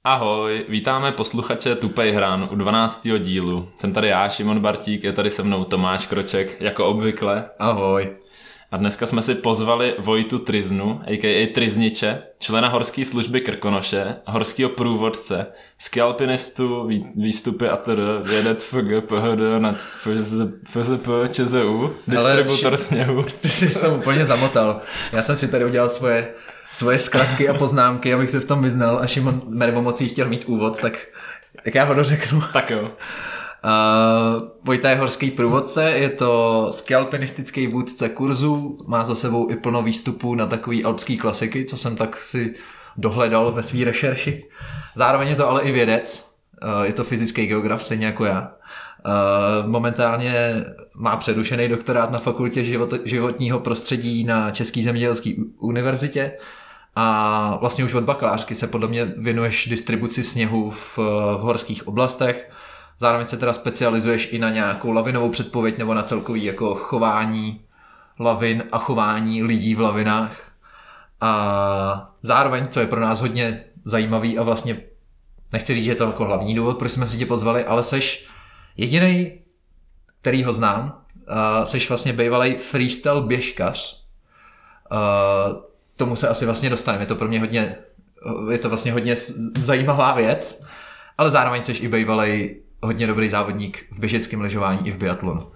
Ahoj, vítáme posluchače Tupej hran u 12. dílu. Jsem tady já, Šimon Bartík, je tady se mnou Tomáš Kroček, jako obvykle. Ahoj. A dneska jsme si pozvali Vojtu Tryznu, a.k.a. Tryzniče, člena horské služby Krkonoše, horského průvodce, skialpinistu, výstupy atr, vědec FG, PHD, FZP, ČZU, distributor sněhu. Ty jsi to úplně zamotal. Já jsem si tady udělal svoje zkratky a poznámky, abych se v tom vyznal, a Šimon Mervomocí chtěl mít úvod, tak já ho dořeknu. Tak jo. Vojta je horský průvodce, je to skialpinistický vůdce kurzů, má za sebou i plno výstupů na takový alpský klasiky, co jsem tak si dohledal ve svý rešerši. Zároveň je to ale i vědec, je to fyzický geograf, stejně jako já. Momentálně má přerušený doktorát na fakultě životního prostředí na České zemědělské univerzitě a vlastně už od bakalářky se podle mě věnuješ distribuci sněhu v horských oblastech. Zároveň se teda specializuješ i na nějakou lavinovou předpověď nebo na celkový jako chování lavin a chování lidí v lavinách. A zároveň, co je pro nás hodně zajímavý a vlastně nechci říct, že je to jako hlavní důvod, proč jsme si tě pozvali, ale seš jedinej, který ho znám, seš vlastně bývalej freestyle běžkař. Tomu se asi vlastně dostaneme, je to vlastně hodně zajímavá věc, ale zároveň seš i bývalej hodně dobrý závodník v běžeckém lyžování i v biatlonu.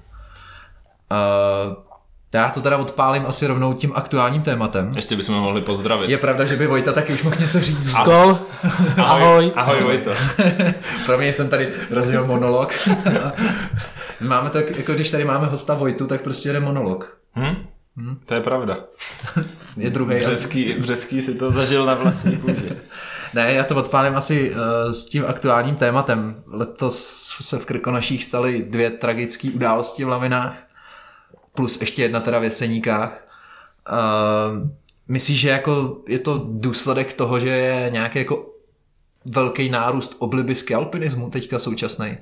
Já to teda odpálím asi rovnou tím aktuálním tématem. Ještě bychom mohli pozdravit. Je pravda, že by Vojta taky už mohl něco říct. Skol! Ahoj! Ahoj Vojto. Pro mě jsem tady rozdělil monolog. Máme to, jako když tady máme hosta Vojtu, tak prostě jde monolog. To je pravda. Je druhý. Břeský si to zažil na vlastní kůži. Ne, já to odpálím asi s tím aktuálním tématem. Letos se v Krkonoších staly 2 tragické události v lavinách, plus ještě jedna teda v Jeseníkách. Myslíš, že jako je to důsledek toho, že je nějaký jako velký nárůst obliby skialpinismu teďka současnej?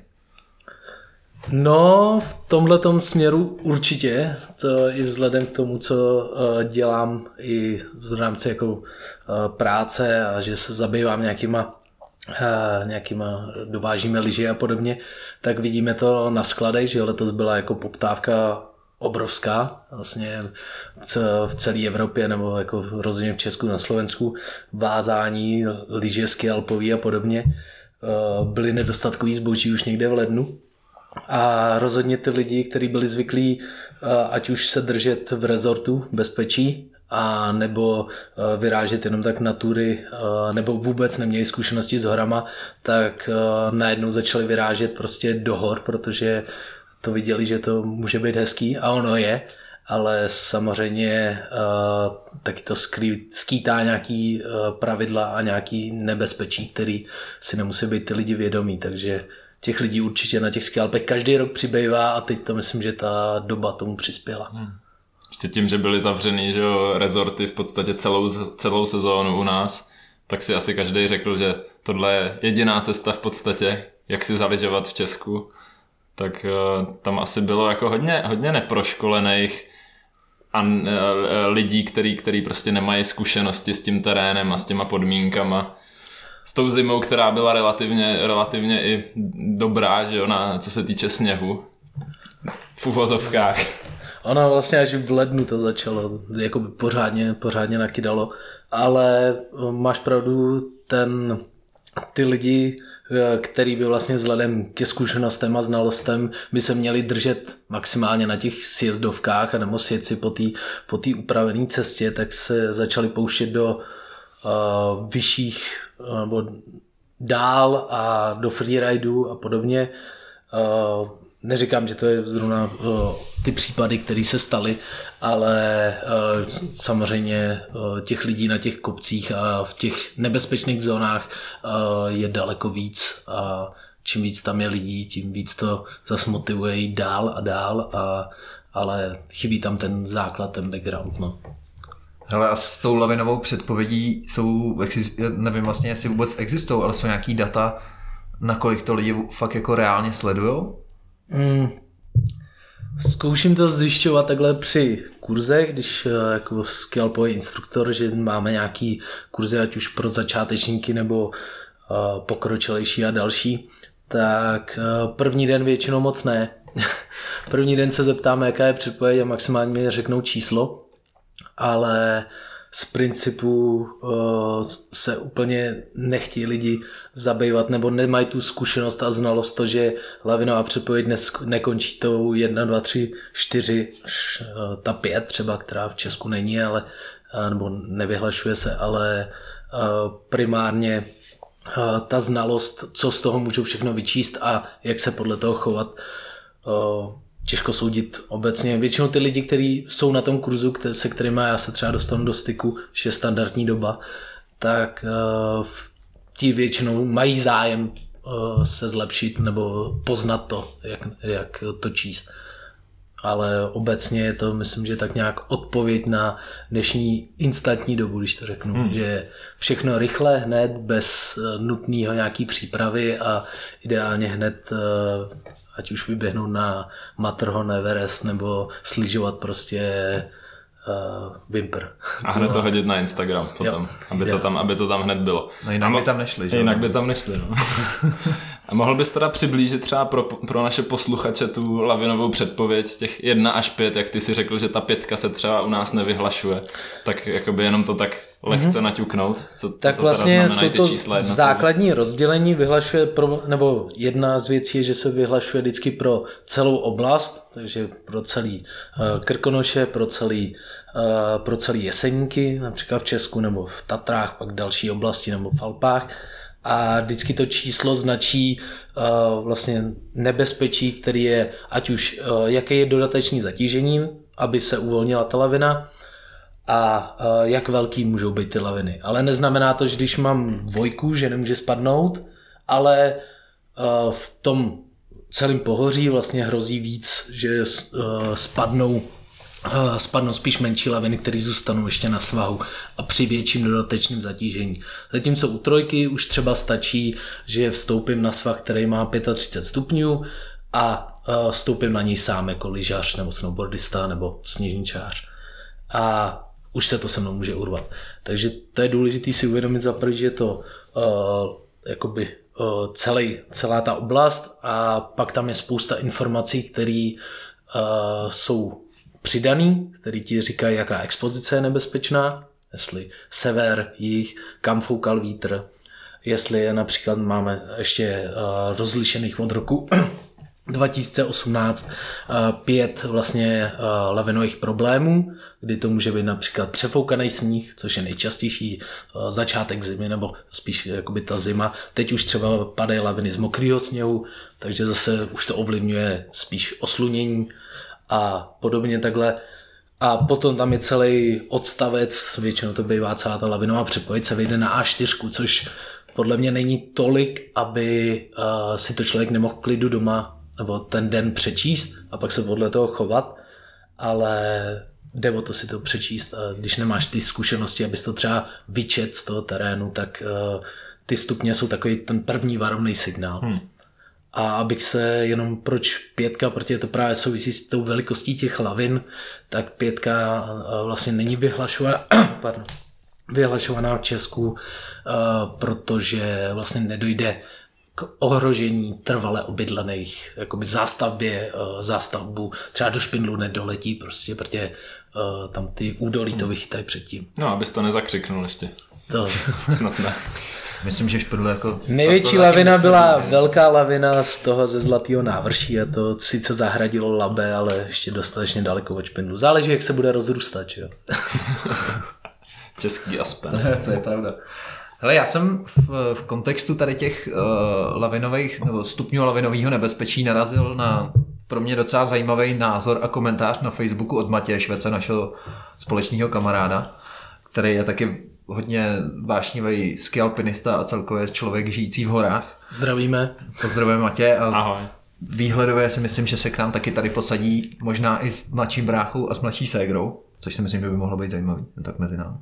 No, v tomhletom směru určitě, to i vzhledem k tomu, co dělám i v rámci jako práce a že se zabývám nějakýma dovážíme lyži a podobně, tak vidíme to na skladech, že letos byla jako poptávka obrovská, vlastně v celé Evropě nebo jako rozhodně v Česku, na Slovensku, vázání, lyže, skialpový a podobně, byly nedostatkový zboží už někde v lednu. A rozhodně ty lidi, kteří byli zvyklí ať už se držet v rezortu bezpečí a nebo vyrážet jenom tak na tury, nebo vůbec neměli zkušenosti s horama, tak najednou začali vyrážet prostě do hor, protože to viděli, že to může být hezký a ono je, ale samozřejmě taky to skýtá nějaký pravidla a nějaký nebezpečí, který si nemusí být ty lidi vědomí, takže těch lidí určitě na těch skialpech každý rok přibývá a teď to myslím, že ta doba tomu přispěla. Ještě tím, že byly zavřený, že jo, rezorty v podstatě celou sezónu u nás, tak si asi každý řekl, že tohle je jediná cesta v podstatě, jak si zalyžovat v Česku. Tak tam asi bylo jako hodně neproškolených a lidí, který prostě nemají zkušenosti s tím terénem a s těma podmínkama. S tou zimou, která byla relativně i dobrá, že jo, co se týče sněhu v uvozovkách. Ono vlastně až v lednu to začalo, jako pořádně nakydalo, ale máš pravdu, ty lidi, který by vlastně vzhledem ke zkušenostem a znalostem by se měli držet maximálně na těch sjezdovkách a nebo sjet si po té upravené cestě, tak se začali pouštět do vyšších nebo dál a do freeridu a podobně. Neříkám, že to je zrovna ty případy, které se staly, ale samozřejmě těch lidí na těch kopcích a v těch nebezpečných zónách je daleko víc a čím víc tam je lidí, tím víc to zase motivuje jít dál a dál, ale chybí tam ten základ, ten background. No. Hele, a s tou lavinovou předpovědí nevím vlastně, jestli vůbec existují, ale jsou nějaký data, nakolik to lidi fakt jako reálně sledujou? Zkouším to zjišťovat takhle při kurzech, když jako skialpový instruktor, že máme nějaký kurzy, ať už pro začátečníky nebo pokročilejší a další, tak první den většinou moc ne. První den se zeptáme, jaká je předpověď a maximálně mi řeknou číslo, ale z principu se úplně nechtějí lidi zabývat nebo nemají tu zkušenost a znalost to, že lavinová předpověď nekončí tou 1, 2, 3, 4, ta 5 třeba, která v Česku není, ale, nebo nevyhlašuje se, ale primárně ta znalost, co z toho můžou všechno vyčíst a jak se podle toho chovat, těžko soudit obecně. Většinou ty lidi, kteří jsou na tom kurzu, se kterými já se třeba dostanu do styku, že je standardní doba, tak ti většinou mají zájem se zlepšit nebo poznat to, jak to číst. Ale obecně je to, myslím, že tak nějak odpověď na dnešní instantní dobu, když to řeknu, že všechno rychle, hned, bez nutného nějaký přípravy a ideálně hned, ať už vyběhnout na Matterhorn, Everest nebo slyžovat prostě Wimper. A hned to hodit na Instagram potom, aby to tam hned bylo. No jinak by tam nešli, že? Jinak by tam nešli, no. A mohl bys teda přiblížit třeba pro naše posluchače tu lavinovou předpověď těch 1 až 5, jak ty si řekl, že ta 5 se třeba u nás nevyhlašuje, tak jakoby jenom to tak lehce naťuknout, co tak to vlastně teda znamenají ty čísla jednotlivé. Základní rozdělení vyhlašuje, nebo jedna z věcí je, že se vyhlašuje vždycky pro celou oblast, takže pro celý Krkonoše, pro celý Jeseníky, například v Česku nebo v Tatrách, pak další oblasti nebo v Alpách. A vždycky to číslo značí vlastně nebezpečí, který je, ať už jaké je dodatečný zatížení, aby se uvolnila ta lavina a jak velký můžou být ty laviny. Ale neznamená to, že když mám 2, že nemůže spadnout, ale v tom celém pohoří vlastně hrozí víc, že spadnou spíš menší laviny, které zůstanou ještě na svahu a při větším dodatečným zatížení. Zatímco u 3 už třeba stačí, že vstoupím na svah, který má 35 stupňů a vstoupím na něj sám jako lyžař nebo snowboardista nebo sněžníčář. A už se to se mnou může urvat. Takže to je důležité si uvědomit za první, že je to jakoby celá ta oblast a pak tam je spousta informací, které jsou přidaný, který ti říkají, jaká expozice je nebezpečná, jestli sever, jih, kam foukal vítr, jestli je například máme ještě rozlišených od roku 2018 5 vlastně lavinových problémů, kdy to může být například přefoukaný sníh, což je nejčastější začátek zimy, nebo spíš jakoby ta zima. Teď už třeba padají laviny z mokrého sněhu, takže zase už to ovlivňuje spíš oslunění a podobně takhle. A potom tam je celý odstavec, většinou to bývá celá ta lavinová předpověď, se vyjde na A4, což podle mě není tolik, aby si to člověk nemohl klidu doma nebo ten den přečíst a pak se podle toho chovat, ale jde o to si to přečíst a když nemáš ty zkušenosti, abys to třeba vyčet z toho terénu, tak ty stupně jsou takový ten první varovný signál. A abych se jenom proč 5, protože to právě souvisí s tou velikostí těch lavin, tak 5 vlastně není vyhlašovaná v Česku, protože vlastně nedojde k ohrožení trvale obydlených, jakoby zástavbu, třeba do Špindlu nedoletí prostě, protože tam ty údolí to vychytají předtím. No, abys to nezakřiknul ještě. To snad ne. Myslím, že Špindl jako... Největší lavina byla velká lavina z toho ze Zlatého návrší a to sice zahradilo Labe, ale ještě dostatečně daleko od Špindlu. Záleží, jak se bude rozrůstat, jo. Český Aspen. To je pravda. Hele, já jsem v kontextu tady těch lavinových, nebo stupňů lavinového nebezpečí narazil na pro mě docela zajímavý názor a komentář na Facebooku od Matěje Švece, našeho společného kamaráda, který je taky hodně vášnivý skialpinista a celkově člověk žijící v horách. Zdravíme. Pozdravujeme Matěj. Ahoj. Výhledově si myslím, že se k nám taky tady posadí možná i s mladším bráchou a s mladší ségrou, což si myslím, že by mohlo být zajímavý, tak mezi námi.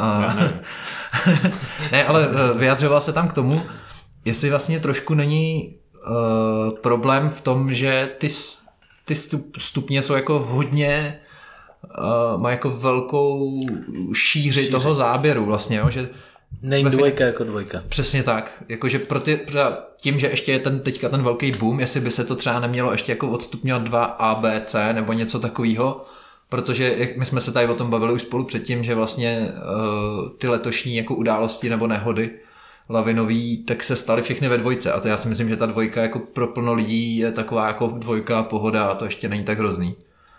Ne, ale vyjadřoval se tam k tomu, jestli vlastně trošku není problém v tom, že ty stupně jsou jako hodně má jako velkou šíři toho záběru vlastně, jo? Že Není dvojka jako dvojka. Přesně tak. Jakože tím, že ještě je teďka ten velký boom, jestli by se to třeba nemělo ještě jako odstupňovat 2 A, B, C nebo něco takového, protože jak my jsme se tady o tom bavili už spolu předtím, že vlastně ty letošní jako události nebo nehody lavinový, tak se staly všechny ve dvojce a to já si myslím, že ta dvojka jako pro plno lidí je taková jako dvojka pohoda a to ještě není tak hrozný.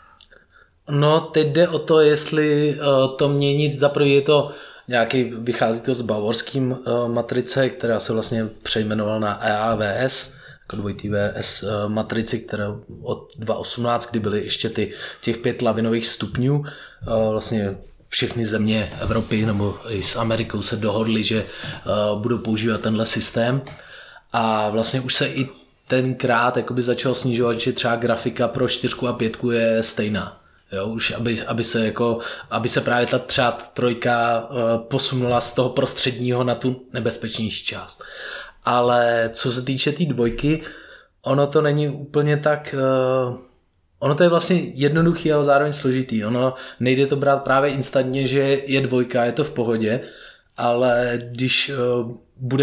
No, teď jde o to, jestli to měnit, zaprvé je to nějaký, vychází to z bavorským matrice, která se vlastně přejmenovala na EAVS, jako dvojitý VS matrici, která od 2018, kdy byly ještě těch 5 lavinových stupňů, vlastně všechny země Evropy nebo i s Amerikou se dohodly, že budou používat tenhle systém a vlastně už se i tenkrát jakoby začal snižovat, že třeba grafika pro 4 a 5 je stejná. Jo, už aby se právě ta třeba trojka posunula z toho prostředního na tu nebezpečnější část. Ale co se týče té dvojky, ono to není úplně tak... Ono to je vlastně jednoduchý, ale zároveň složitý. Ono nejde to brát právě instantně, že je dvojka, je to v pohodě, ale když bude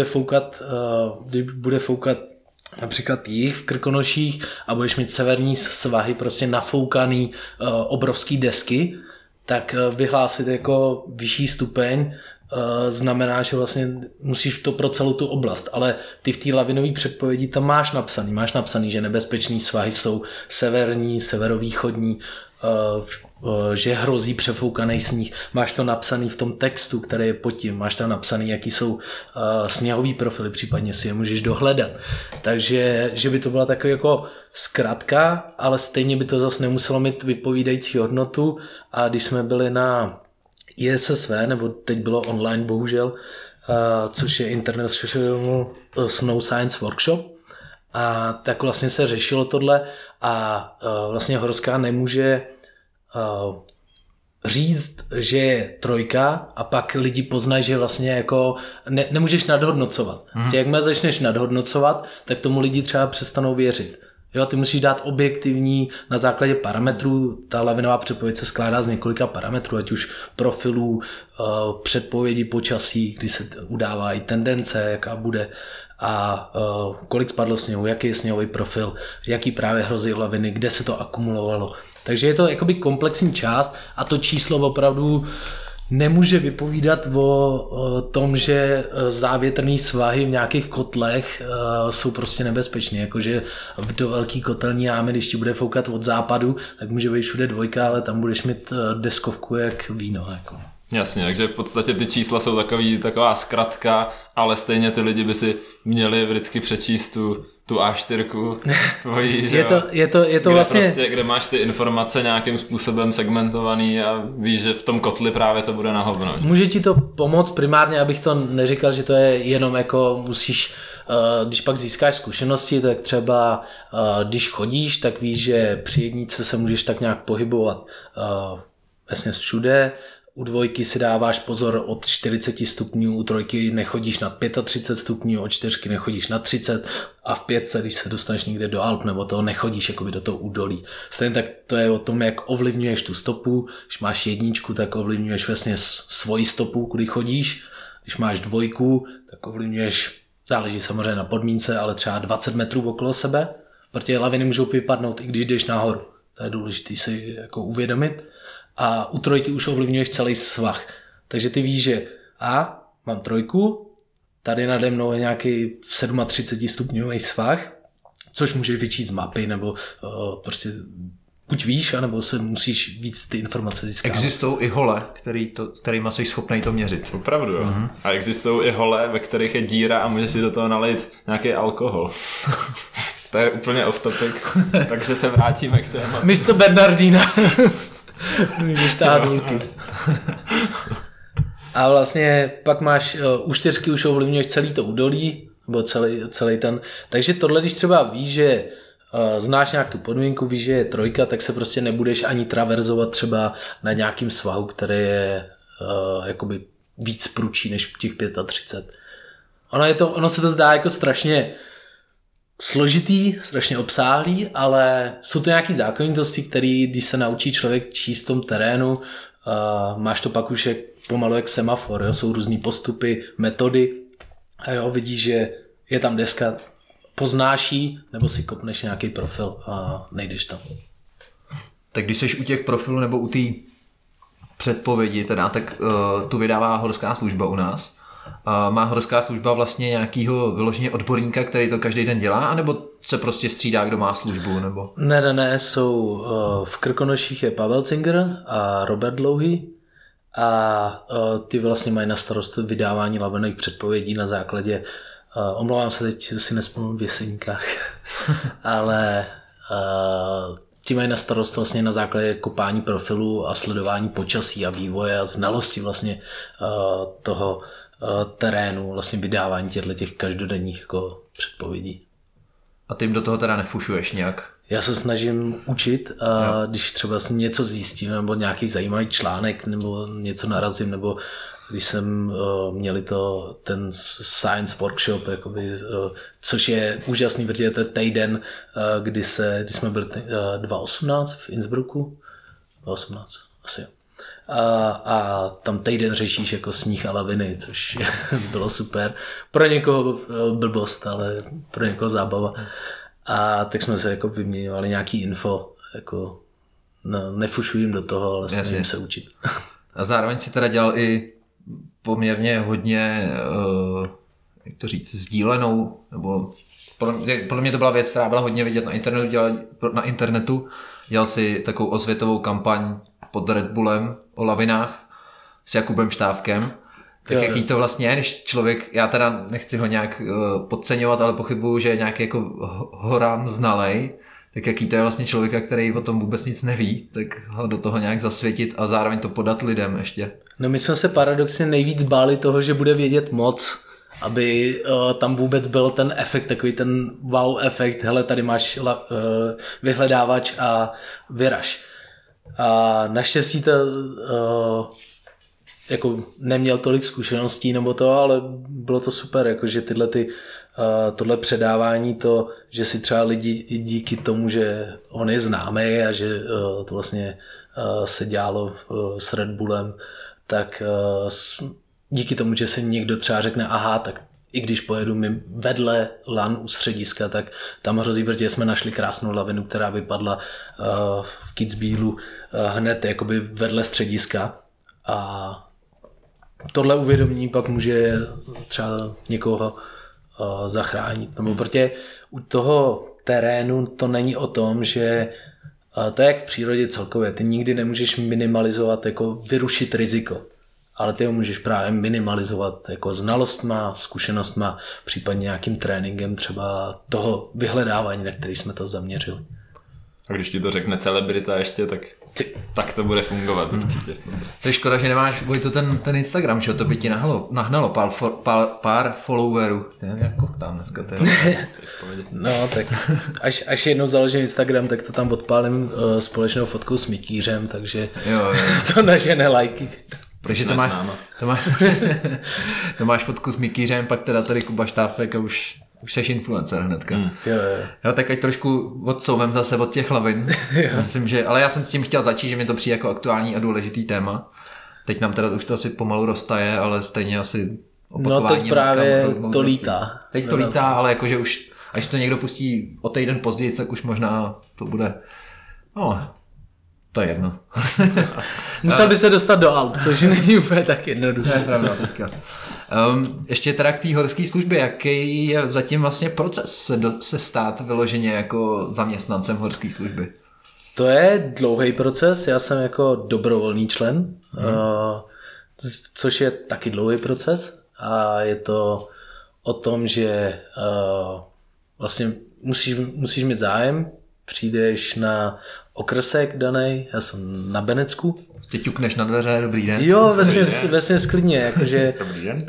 foukat například jih v Krkonoších a budeš mít severní svahy prostě nafoukaný obrovský desky, tak vyhlásit jako vyšší stupeň znamená, že vlastně musíš to pro celou tu oblast, ale ty v té lavinové předpovědi tam máš napsaný, že nebezpečný svahy jsou severní, severovýchodní, že hrozí přefoukaný sníh. Máš to napsaný v tom textu, který je pod tím, máš tam napsaný, jaký jsou sněhový profily, případně si je můžeš dohledat. Takže, že by to byla taková jako zkratka, ale stejně by to zase nemuselo mít vypovídající hodnotu a když jsme byli na ISSV, nebo teď bylo online bohužel, což je International Snow Science Workshop, a tak vlastně se řešilo tohle a vlastně Horská nemůže říct, že je trojka a pak lidi poznají, že vlastně jako nemůžeš nadhodnocovat. Jakmile začneš nadhodnocovat, tak tomu lidi třeba přestanou věřit. Jo, ty musíš dát objektivní na základě parametrů, ta lavinová předpověď se skládá z několika parametrů, ať už profilů, předpovědi počasí, kdy se udává i tendence, jaká bude a kolik spadlo sněhu, jaký je sněhový profil, jaký právě hrozí laviny, kde se to akumulovalo. Takže je to jakoby komplexní část a to číslo opravdu nemůže vypovídat o tom, že závětrný svahy v nějakých kotlech jsou prostě nebezpečné. Jakože do velký kotelní jámy, když ti bude foukat od západu, tak může být všude dvojka, ale tam budeš mít deskovku jak víno. Jako. Jasně, takže v podstatě ty čísla jsou taková zkratka, ale stejně ty lidi by si měli vždycky přečíst tu A4 tvojí, že je to vlastně... Prostě, kde máš ty informace nějakým způsobem segmentovaný a víš, že v tom kotli právě to bude na hovno. Může ti to pomoct primárně, abych to neříkal, že to je jenom jako musíš, když pak získáš zkušenosti, tak třeba když chodíš, tak víš, že při jedničce se můžeš tak nějak pohybovat vlastně všude. U dvojky si dáváš pozor od 40 stupňů, u trojky nechodíš nad 35 stupňů, od 4 nechodíš nad 30 a v 5, když se dostaneš někde do Alp nebo toho nechodíš jakoby do toho údolí. Stejně tak to je o tom, jak ovlivňuješ tu stopu. Když máš jedničku, tak ovlivňuješ vlastně svoji stopu, kudy chodíš. Když máš dvojku, tak ovlivňuješ, záleží samozřejmě na podmínce, ale třeba 20 metrů okolo sebe, protože laviny můžou vypadnout, i když jdeš nahoru. To je důležité si jako uvědomit. A u trojky už ovlivňuješ celý svah. Takže ty víš, že mám trojku, tady nade mnou je nějaký 37 stupňový svah, což můžeš vyčíst z mapy, nebo prostě buď víš, anebo se musíš víc ty informace získat. Existují i hole, kterýma jsi schopný to měřit. Opravdu, jo. Mm-hmm. A existují i hole, ve kterých je díra a můžeš si do toho nalít nějaký alkohol. To je úplně off topic, takže se vrátíme k tématu. Místo Bernardína. A vlastně pak máš u 4 už ovlivňuješ celý to údolí, nebo celý ten. Takže tohle, když třeba víš, že znáš nějak tu podmínku, víš, že je trojka, tak se prostě nebudeš ani traverzovat třeba na nějakým svahu, který je jakoby víc prudší než těch 35. Ono se to zdá jako strašně složitý, strašně obsáhlý, ale jsou to nějaké zákonitosti, které, když se naučí člověk číst v tom terénu, máš to pak už pomalu jak semafor, jo? Jsou různý postupy, metody a jo, vidíš, že je tam deska, poznáš jí, nebo si kopneš nějaký profil a nejdeš tam. Tak když jsi u těch profilů nebo u té předpovědi, teda, tak tu vydává Horská služba u nás. Má Horská služba vlastně nějakýho vyloženě odborníka, který to každý den dělá, anebo se prostě střídá, kdo má službu? Nebo? Ne, jsou v Krkonoších je Pavel Cinger a Robert Dlouhý a ty vlastně mají na starost vydávání lavinových předpovědí na základě, omlouvám se, teď si nespomínám v Jeseníkách, ale ti mají na starost vlastně na základě kopání profilu a sledování počasí a vývoje a znalosti vlastně toho terénu, vlastně vydávání těch každodenních jako předpovědí. A ty jim do toho teda nefušuješ nějak? Já se snažím učit a když třeba něco zjistím nebo nějaký zajímavý článek nebo něco narazím, nebo když jsem měli ten science workshop, jakoby, což je úžasný, protože to je týden, kdy jsme byli 2018 v Innsbrucku, 2018 asi jo. A tam týden řešíš jako sníh a laviny, což bylo super. Pro někoho blbost, ale pro někoho zábava. A tak jsme se jako vyměňovali nějaký info, jako nefušuji do toho, ale snažím se učit. A zároveň si teda dělal i poměrně hodně, jak to říct, sdílenou, nebo podle mě to byla věc, která byla hodně vidět na internetu. Dělal si takovou osvětovou kampaň pod Red Bullem o lavinách s Jakubem Štávkem. Tak jaký to vlastně je, když člověk, já teda nechci ho nějak podceňovat, ale pochybuju, že je nějaký jako horám znalej, tak jaký to je vlastně člověka, který o tom vůbec nic neví, tak ho do toho nějak zasvětit a zároveň to podat lidem ještě. No my jsme se paradoxně nejvíc báli toho, že bude vědět moc, aby tam vůbec byl ten efekt, takový ten wow efekt, hele, tady máš vyhledávač a vyraž. A naštěstí to jako neměl tolik zkušeností nebo to, ale bylo to super, jakože tohle předávání, to, že si třeba lidi díky tomu, že on je známý a že to vlastně se dělalo s Red Bullem, tak díky tomu, že si někdo třeba řekne, aha, tak i když pojedu mi vedle LAN u střediska, tak tam hrozí, protože jsme našli krásnou lavinu, která vypadla v Kitzbühelu hned jakoby vedle střediska a tohle uvědomění pak může třeba někoho zachránit. Nebo protože u toho terénu to není o tom, že to je jak v přírodě celkově. Ty nikdy nemůžeš minimalizovat, jako vyrušit riziko. Ale ty ho můžeš právě minimalizovat jako znalostma, zkušenostma, případně nějakým tréninkem třeba toho vyhledávání, na který jsme to zaměřili. A když ti to řekne celebrita ještě, tak to bude fungovat určitě. To je škoda, že nemáš, Vojto, ten Instagram, že to by ti nahnalo pár followerů. Jak tam dneska to je. No tak až jednou založím Instagram, tak to tam odpálím společnou fotkou s Mikýřem, takže jo. To nažene lajky. Takže to máš fotku s Mikýřem, pak teda tady Kuba Štáfek a už seš influencer hnedka. Jo, tak ať trošku odsouvem zase od těch lavin. Myslím, ale já jsem s tím chtěl začít, že mi to přijde jako aktuální a důležitý téma. Teď nám teda už to asi pomalu roztaje, ale stejně asi opakování. No teď právě to lítá. Teď to lítá, ale jakože už, až to někdo pustí o týden později, tak už možná to bude, no, to je jedno. Musel by se dostat do Alp, což není úplně tak jednoduché. To je pravda teďka. Ještě teda k té horské službě, jaký je zatím vlastně proces se stát vyloženě jako zaměstnancem horské služby? To je dlouhý proces, já jsem jako dobrovolný člen, což je taky dlouhý proces a je to o tom, že vlastně musíš mít zájem, přijdeš na okrsek danej, já jsem na Benecku. Ty ťukneš na dveře, dobrý den. Jo, vesměs klidně, jakože... Dobrý den.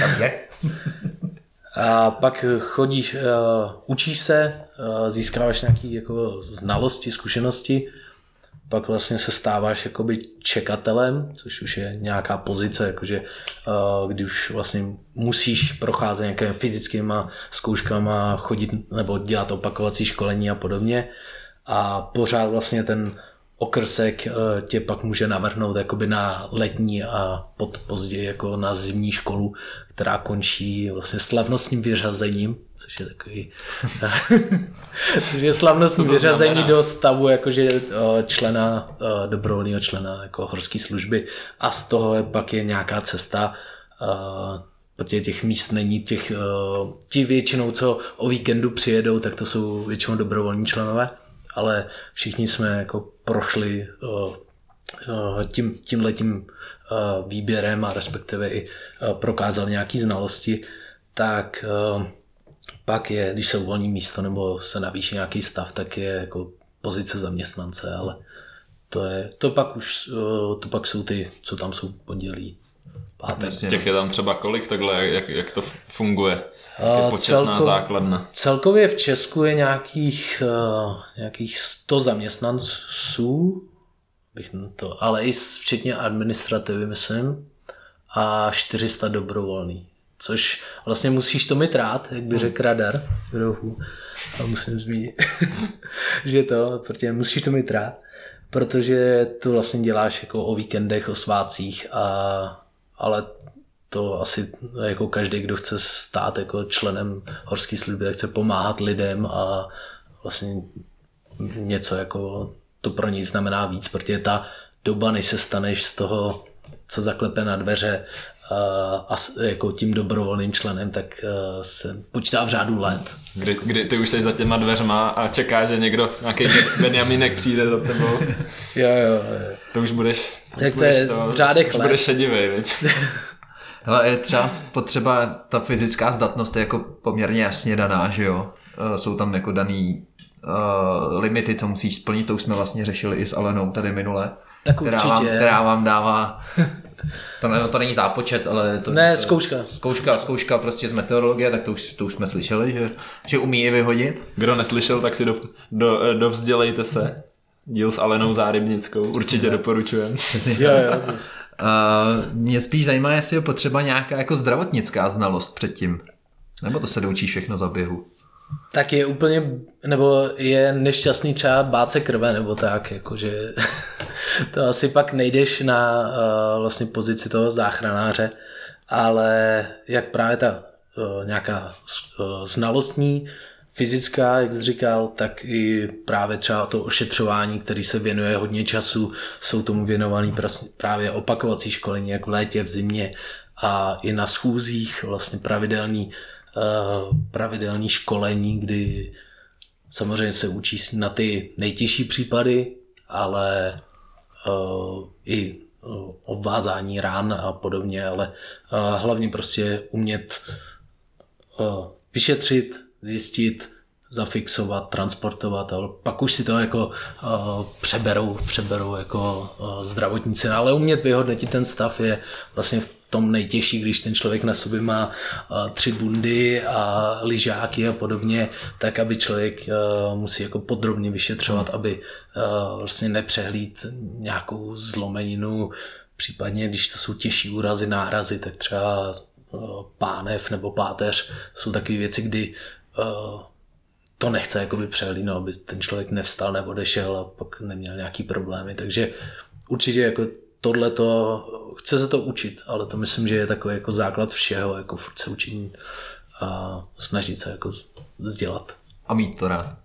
A pak chodíš, učíš se, získáváš nějaké jako znalosti, zkušenosti, pak vlastně se stáváš jakoby čekatelem, což už je nějaká pozice, jakože kdy už vlastně musíš procházet nějakými fyzickými zkouškama, chodit nebo dělat opakovací školení a podobně. A pořád vlastně ten okrsek tě pak může navrhnout jakoby na letní a později jako na zimní školu, která končí vlastně slavnostním vyřazením, což je takový což je slavnostní vyřazení do stavu jakože člena, dobrovolného člena jako horské služby a z toho pak je nějaká cesta, protože těch míst není, ti většinou, co o víkendu přijedou, tak to jsou většinou dobrovolní členové, ale všichni jsme jako prošli tímhletím výběrem a respektive i prokázali nějaké znalosti, tak pak je, když se uvolní místo nebo se navýší nějaký stav, tak je jako pozice zaměstnance, ale to pak jsou ty, co tam jsou pondělí, pátek. Těch je tam třeba kolik takhle, jak to funguje? Je početná základna. Celkově v Česku je nějakých 100 zaměstnanců, ale i včetně administrativy, myslím, a 400 dobrovolný. Což vlastně musíš to mít rád, jak by řekl radar. A musím zmínit, že protože musíš to mít rád, protože to vlastně děláš jako o víkendech, o svátcích, ale to asi jako každý, kdo chce stát jako členem horské služby, tak chce pomáhat lidem a vlastně něco jako to pro něj znamená víc, protože ta doba, než se staneš z toho, co zaklepe na dveře a jako tím dobrovolným členem, tak se počítá v řádu let. Kdy ty už jsi za těma dveřma a čekáš, že někdo, nějaký Benjamínek přijde za tebou. Jo. To už budeš v řádech let. Budeš šedivej, viď? Hele, je třeba potřeba, ta fyzická zdatnost je jako poměrně jasně daná, že jo? Jsou tam jako daný limity, co musíš splnit, to už jsme vlastně řešili i s Alenou tady minule. Tak která vám dává, to není zápočet, ale to ne, zkouška prostě z meteorologie, tak to už jsme slyšeli, že umí i vyhodit. Kdo neslyšel, tak si dovzdělejte se. Díl s Alenou Zárybnickou, určitě doporučujem. Jo. Mě spíš zajímá, jestli je potřeba nějaká jako zdravotnická znalost předtím. Nebo to se doučí všechno za běhu? Tak je úplně, nebo je nešťastný třeba bát se krve, nebo tak, jakože to asi pak nejdeš na vlastně pozici toho záchranáře, ale jak právě ta nějaká znalostní, fyzická, jak jsi říkal, tak i právě třeba to ošetřování, který se věnuje hodně času, jsou tomu věnovaný právě opakovací školení, jak v létě, v zimě a i na schůzích vlastně pravidelní školení, kdy samozřejmě se učí na ty nejtěžší případy, ale i obvázání rán a podobně, ale hlavně prostě umět vyšetřit, zjistit, zafixovat, transportovat, ale pak už si to jako přeberou jako zdravotníci, ale umět vyhodnotit ten stav je vlastně v tom nejtěžší, když ten člověk na sobě má 3 bundy a lyžáky a podobně, tak aby člověk musí jako podrobně vyšetřovat, aby vlastně nepřehlíd nějakou zlomeninu, případně když to jsou těžší úrazy, nárazy, tak třeba pánev nebo páteř jsou takové věci, kdy to nechce jakoby přehlídnout, aby ten člověk nevstal nebo odešel a pak neměl nějaký problémy, takže určitě jako tohleto, chce se to učit, ale to myslím, že je takový jako základ všeho, jako furt se učit a snažit se jako vzdělat. A mít to rád.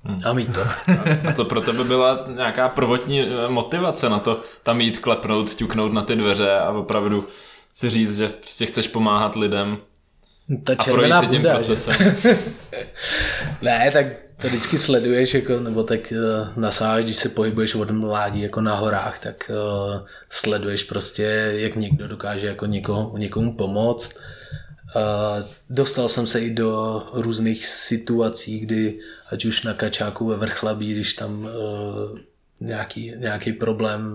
A co pro tebe byla nějaká prvotní motivace na to tam jít, klepnout, ťuknout na ty dveře a opravdu si říct, že prostě chceš pomáhat lidem a projít si tím procesem? Ne, tak to vždycky sleduješ, jako, nebo tak nasáváš, když se pohybuješ od mládí jako na horách, tak sleduješ prostě, jak někdo dokáže jako někomu pomoct. Dostal jsem se i do různých situací, kdy ať už na kačáku ve Vrchlabí, když tam nějaký problém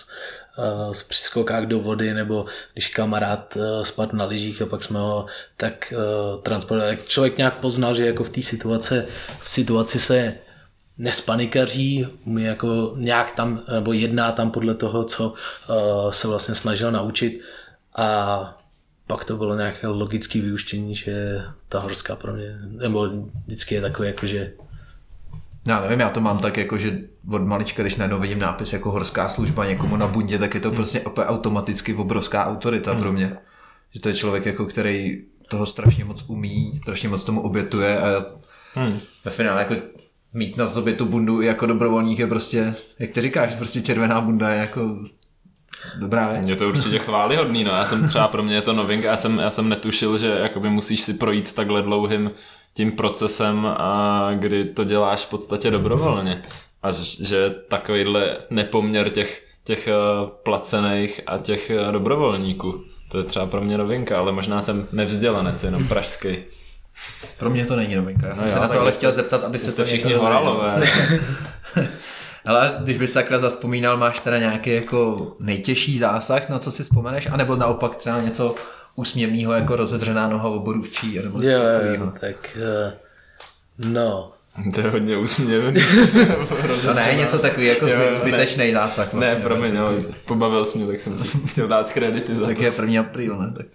z přískokách do vody, nebo když kamarád spadl na lyžích a pak jsme ho tak transportovali. Člověk nějak poznal, že jako v té situaci se nespanikaří, umí jako nějak tam, nebo jedná tam podle toho, co se vlastně snažil naučit, a pak to bylo nějaké logické vyústění, že ta horská pro mě, nebo vždycky je takové jako, že Já nevím, já to mám tak jako, že od malička, když najednou vidím nápis jako horská služba někomu na bundě, tak je to prostě opět automaticky obrovská autorita pro mě. Že to je člověk, jako, který toho strašně moc umí, strašně moc tomu obětuje a ve finále jako mít na sobě tu bundu i jako dobrovolník je prostě, jak ty říkáš, prostě červená bunda je jako dobrá věc. Je to určitě chválihodný, no. Já jsem třeba, pro mě je to novinka, já jsem netušil, že jakoby musíš si projít takhle dlouhým tím procesem a kdy to děláš v podstatě dobrovolně. A že takovýhle nepoměr těch placených a těch dobrovolníků. To je třeba pro mě novinka, ale možná jsem nevzdělanec, jenom pražský. Pro mě to není novinka, já jsem se na to ale chtěl zeptat, aby se to všichni horalové. Ale když bys takhle zavzpomínal, máš teda nějaký jako nejtěžší zásah, na co si vzpomeneš, anebo naopak třeba něco úsměvného, jako rozedřená noha oborůvčí, nebo něco takového? Tak no. To je hodně úsměvný. No ne, něco takový jako zbytečný zásah. Vlastně, ne, promiň, pobavil jsi mě, tak jsem chtěl dát kredity za to. Tak je 1. apríl, ne? Tak.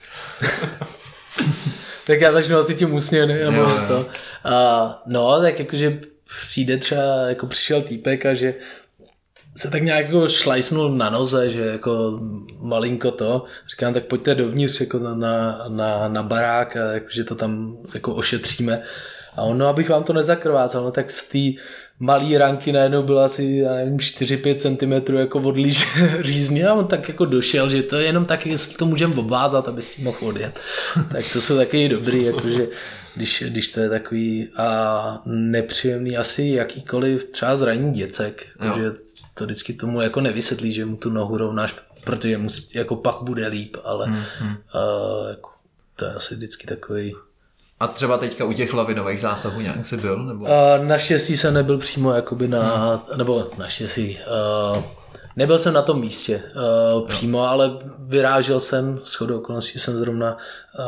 Tak já začnu asi tím úsměvným, nebo to. No, tak jakože přijde třeba, jako přišel týpek a že se tak nějak jako šlajsnul na noze, že jako malinko to, říkám, tak pojďte dovnitř jako na barák a jakože to tam jako ošetříme. A ono, abych vám to nezakrvácal, no tak z té malý ranky najednou bylo asi, já nevím, 4-5 cm jako odlíž řízně a on tak jako došel, že to je jenom tak, jestli to můžeme obvázat, aby s tím mohl odjet. Tak to jsou takový dobrý, jakože když to je takový a nepříjemný asi jakýkoliv třeba zranění děcek, jakože to vždycky tomu jako nevysvětlí, že mu tu nohu rovnáš, protože mu jako pak bude líp, ale jako, to je asi vždycky takový. A třeba teďka u těch lavinových zásahů nějak jsi byl? Nebo? Naštěstí jsem nebyl přímo jakoby nebo naštěstí, nebyl jsem na tom místě přímo, ale vyrážel jsem, shodou okolností jsem zrovna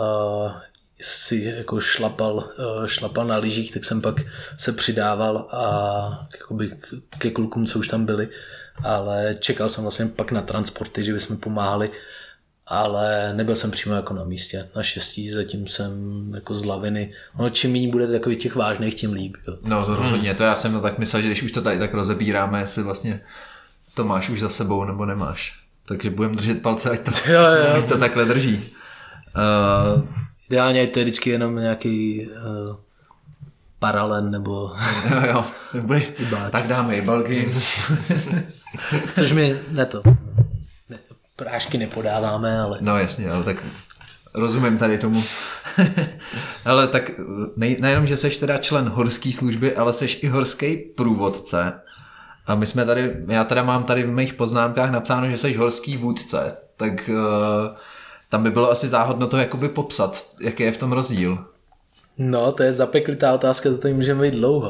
si jako šlapal na lyžích, tak jsem pak se přidával a jakoby ke klukům, co už tam byli, ale čekal jsem vlastně pak na transporty, že bychom pomáhali, ale nebyl jsem přímo jako na místě. Naštěstí zatím jsem jako z laviny. Ono čím méně bude takový těch vážných, tím líp. Jo. No to rozhodně, to já jsem tak myslel, že když už to tady tak rozebíráme, jestli vlastně to máš už za sebou nebo nemáš. Takže budeme držet palce, ať to takhle drží. Ideálně to je vždycky jenom nějaký paralen nebo... jo. Tak dáme i balky. Což mi prášky nepodáváme, ale... No jasně, ale tak rozumím tady tomu. Ale tak nejenom, že seš teda člen horské služby, ale seš i horský průvodce. A my jsme tady, já teda mám tady v mých poznámkách napsáno, že seš horský vůdce. Tak tam by bylo asi záhodno to jakoby popsat, jaký je v tom rozdíl. No, to je zapeklitá otázka, to tady můžeme jít dlouho.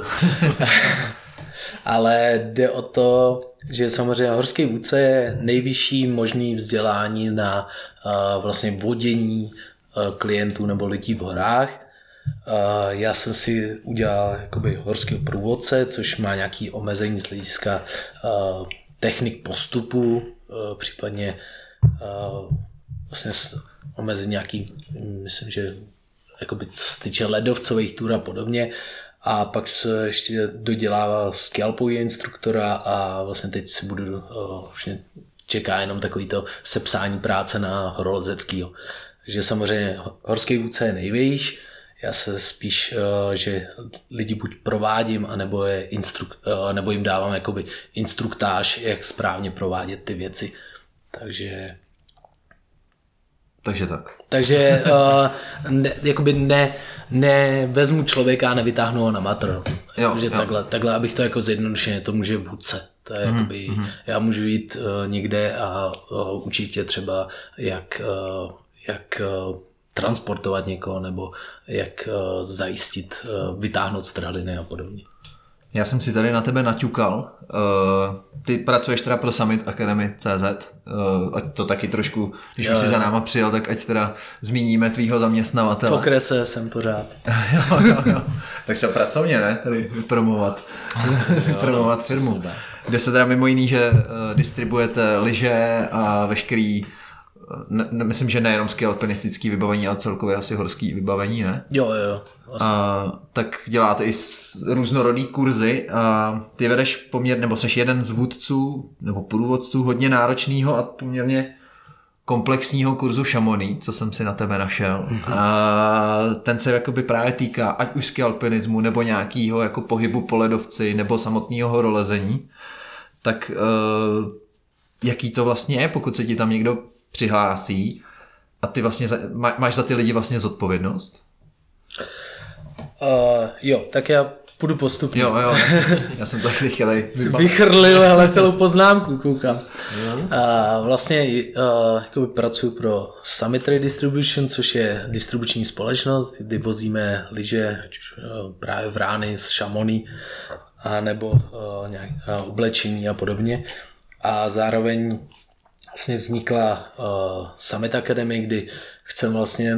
Ale jde o to, že samozřejmě horský vůdce je nejvyšší možný vzdělání na vlastně vodění klientů nebo lidí v horách. Já jsem si udělal jakoby horského průvodce, což má nějaké omezení z hlediska technik postupu, případně vlastně omezení nějaký, myslím, že jakoby co se týče ledovcových tur a podobně. A pak se ještě dodělával skialpového instruktora a vlastně teď si budu, čeká jenom takovýto sepsání práce na horolezeckýho. Takže samozřejmě horský vůdce je nejvýš, já se spíš, že lidi buď provádím, anebo nebo jim dávám jakoby instruktáž, jak správně provádět ty věci. Takže jakoby nevezmu člověka a nevytáhnu ho na matr. Takže takhle, abych to jako zjednodušeně, to může vůdce. To je jakoby, já můžu jít někde a učit tě třeba, jak transportovat někoho, nebo jak zajistit, vytáhnout z trhliny a podobně. Já jsem si tady na tebe naťukal. Ty pracuješ teda pro Summit Academy.cz, ať to taky trošku, když už jsi za náma přijel, tak ať teda zmíníme tvýho zaměstnavatele. V okrese jsem pořád. jo. Tak se pracovně, ne? Tady promovat firmu. Kde se teda mimo jiný, že distribuujete lyže a veškerý myslím, že nejenom ski alpinistický vybavení, ale celkově asi horský vybavení, ne? Jo. Tak děláte i různorodý kurzy a ty vedeš poměrně, nebo jsi jeden z vůdců nebo průvodců hodně náročného a poměrně komplexního kurzu Chamonix, co jsem si na tebe našel. A ten se jakoby právě týká ať už ski alpinismu, nebo nějakého jako pohybu po ledovci, nebo samotného horolezení. Tak jaký to vlastně je, pokud se ti tam někdo přihlásí a ty vlastně máš za ty lidi vlastně zodpovědnost? Jo, tak já půjdu postupně. Jo, já jsem to teďka tady vychrlil, ale celou poznámku koukám. Vlastně pracuji pro Summit Trade Distribution, což je distribuční společnost, kdy vozíme lyže právě vrány z Chamonix nebo nějak oblečení a podobně. A zároveň vlastně vznikla Summit Academy, kdy chcem vlastně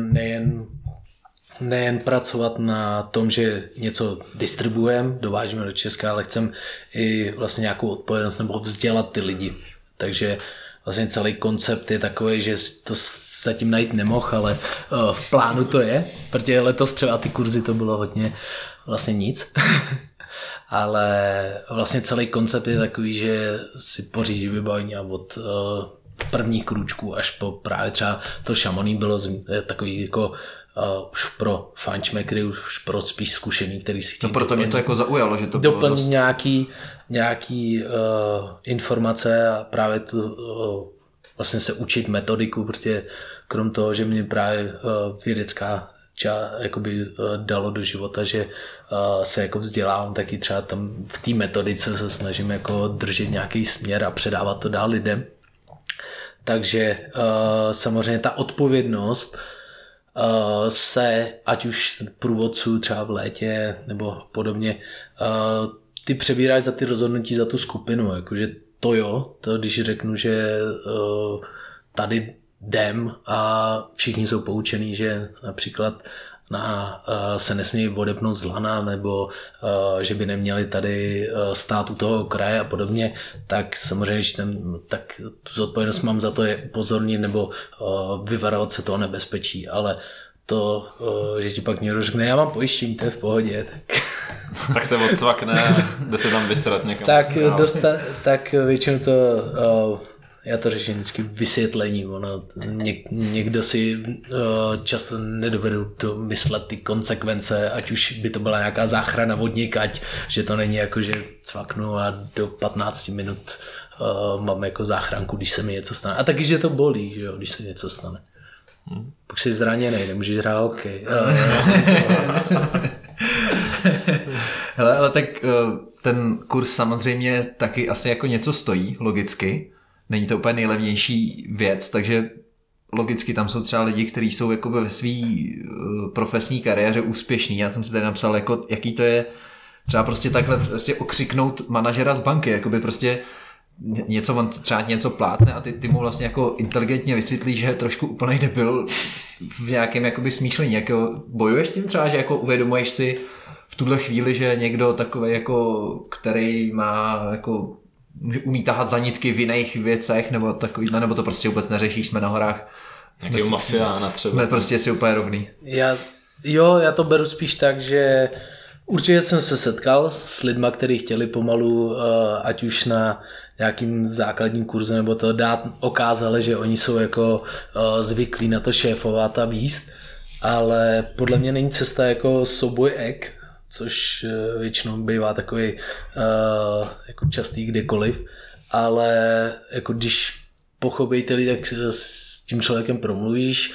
nejen pracovat na tom, že něco distribuujeme, dovážíme do Česka, ale chcem i vlastně nějakou odpovědnost nebo vzdělat ty lidi. Takže vlastně celý koncept je takový, že to zatím najít nemohl, ale v plánu to je, protože letos třeba ty kurzy to bylo hodně vlastně nic. Ale vlastně celý koncept je takový, že si pořídí vybavení a od prvních krůčků až po právě třeba to Chamonix bylo takový jako už pro fajnšmekry, už pro spíš zkušený, který si chtějí proto mě to jako zaujalo, že to bylo doplnit nějaký informace a právě vlastně se učit metodiku, protože krom toho, že mě právě vědecká jakoby dalo do života, že se jako vzdělávám, taky třeba tam v té metodice se snažím jako držet nějaký směr a předávat to dál lidem. Takže samozřejmě ta odpovědnost se, ať už průvodců třeba v létě nebo podobně, ty přebíráš za ty rozhodnutí za tu skupinu, jakože to když řeknu, že tady jdem a všichni jsou poučení, že například se nesmějí odepnout z lana nebo že by neměli tady stát u toho kraje a podobně, tak samozřejmě, že tak tu zodpovědnost mám za to je upozornit nebo vyvarovat se toho nebezpečí, ale to, že ti pak někdo řekne, já mám pojištění, to je v pohodě. Tak se odsvakne a jde se tam vysrat někam. Tak většinou to já to řeším vždycky vysvětlení. Někdo si často nedovedu domyslet ty konsekvence, ať už by to byla nějaká záchrana vodník, ať že to není jako, že cvaknu a do 15 minut mám jako záchranku, když se mi něco stane. A taky, že to bolí, že jo, když se něco stane. Pak jsi zraněnej, nemůžeš hrát hokej. Hele, ale tak ten kurz samozřejmě taky asi jako něco stojí, logicky. Není to úplně nejlevnější věc, takže logicky tam jsou třeba lidi, kteří jsou jako ve své profesní kariéře úspěšní. Já jsem si tady napsal, jako, jaký to je třeba prostě takhle prostě okřiknout manažera z banky, jakoby prostě něco, on třeba něco plácne a ty mu vlastně jako inteligentně vysvětlí, že je trošku úplnej debil v nějakém jakoby smýšlení. Jako bojuješ tím třeba, že jako uvědomuješ si v tuhle chvíli, že někdo takový jako, který má jako umí tahat za nitky v jiných věcech nebo takový, nebo to prostě vůbec neřešíš, jsme na horách. Nějaký mafiána třeba. Jsme prostě si úplně rovný. Já to beru spíš tak, že určitě jsem se setkal s lidma, kteří chtěli pomalu, ať už na nějakým základním kurzu nebo to okázali, že oni jsou jako zvyklí na to šéfovat a výst, ale podle mě není cesta jako souboj ek, což většinou bývá takový jako častý kdekoliv, ale jako když pochopí ty lidi, tak s tím člověkem promluvíš,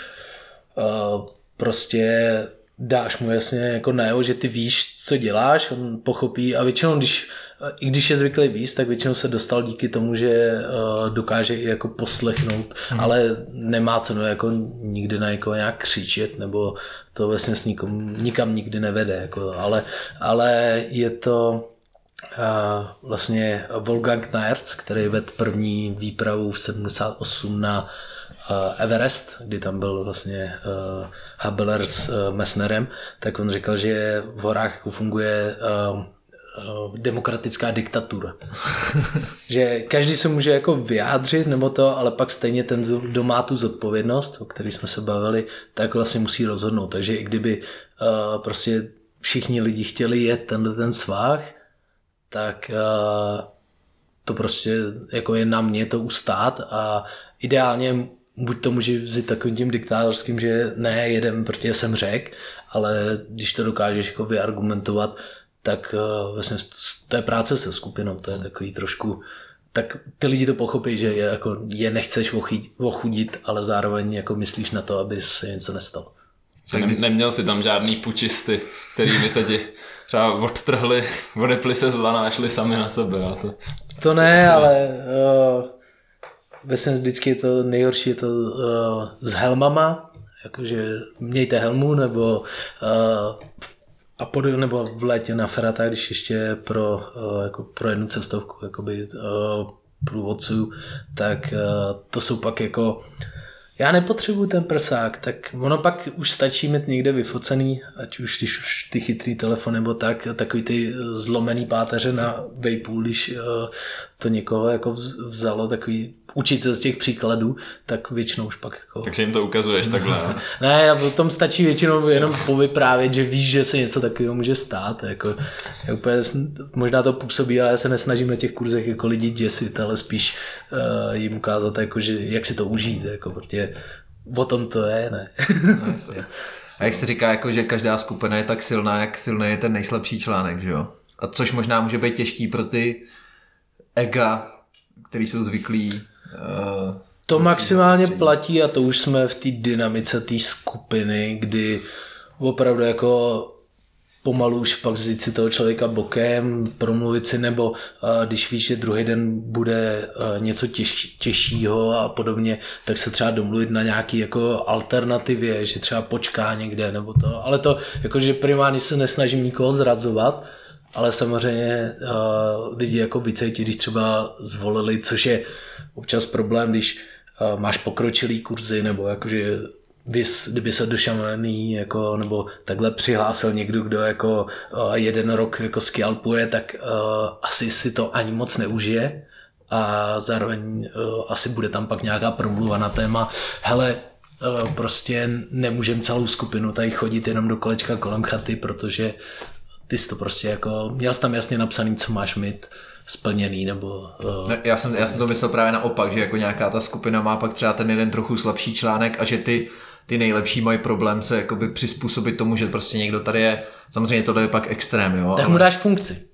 prostě dáš mu jasně jako najevo, že ty víš, co děláš, on pochopí a většinou, i když je zvyklý víc, tak většinou se dostal díky tomu, že dokáže i jako poslechnout, ale nemá cenu jako nikdy na někoho nějak křičet, nebo to vlastně s nikam nikdy nevede, jako, ale je to vlastně Wolfgang Naerz, který vedl první výpravu v 78 na Everest, kdy tam byl vlastně Habeler s Messnerem, tak on říkal, že v horách jako funguje demokratická diktatura. Že každý se může jako vyjádřit nebo to, ale pak stejně ten, kdo má tu zodpovědnost, o který jsme se bavili, tak vlastně musí rozhodnout. Takže i kdyby prostě všichni lidi chtěli jet ten svah, tak to prostě jako je na mě to ustát a ideálně buď to může vzít takovým tím diktátorským, že ne, jedem, protože jsem řekl, ale když to dokážeš jako vyargumentovat, tak vlastně to je práce se skupinou, to je takový trošku, tak ty lidi to pochopí, že je nechceš ochudit, ale zároveň jako myslíš na to, aby se něco nestalo. Neměl si tam žádný pučisty, který by se ti třeba odtrhli, odepli se zla, našli sami na sebe. A to ne, ale vlastně vždycky je to nejhorší, je to s helmama, jakože mějte helmu, nebo nebo v létě na feratách, když ještě pro jednu cestovku průvodců, tak to jsou pak jako já nepotřebuju ten prsák, tak ono pak už stačí mít někde vyfocený, ať už když už ty chytrý telefon nebo tak, takový ty zlomený páteře na vejpůl, když to někoho jako vzalo, takový učit se z těch příkladů, tak většinou už pak jako... Takže jim to ukazuješ takhle. Ne, a potom stačí většinou jenom povyprávět, že víš, že se něco takového může stát. Jako, úplně, možná to působí, ale já se nesnažím na těch kurzech jako lidi děsit, ale spíš jim ukázat, jako, že jak si to užít, jako, protože o tom to je, ne? No, a jak se říká, jako, že každá skupina je tak silná, jak silný je ten nejslabší článek, že jo? A což možná může být těžký pro ty ega, který jsou zvyklí. To maximálně platí a to už jsme v té dynamice té skupiny, kdy opravdu jako pomalu už pak vzít si toho člověka bokem, promluvit si, nebo když víš, že druhý den bude něco těžšího a podobně, tak se třeba domluvit na nějaký jako alternativě, že třeba počká někde nebo to, ale to jakože primárně se nesnažím nikoho zrazovat, ale samozřejmě lidi jako vycejtí, když třeba zvolili, což je občas problém, když máš pokročilý kurzy, nebo jakože kdyby se do šamaný jako, nebo takhle přihlásil někdo, kdo jako 1 rok jako skialpuje, tak asi si to ani moc neužije a zároveň asi bude tam pak nějaká promluva na téma, hele, prostě nemůžem celou skupinu tady chodit jenom do kolečka kolem chaty, protože ty jsi to prostě jako, měl jsi tam jasně napsaný, co máš mít splněný, nebo... Ne, já jsem to myslel právě naopak, že jako nějaká ta skupina má pak třeba ten jeden trochu slabší článek a že ty nejlepší mají problém se jakoby přizpůsobit tomu, že prostě někdo tady je, samozřejmě tohle je pak extrém, jo. Tak mu dáš funkci.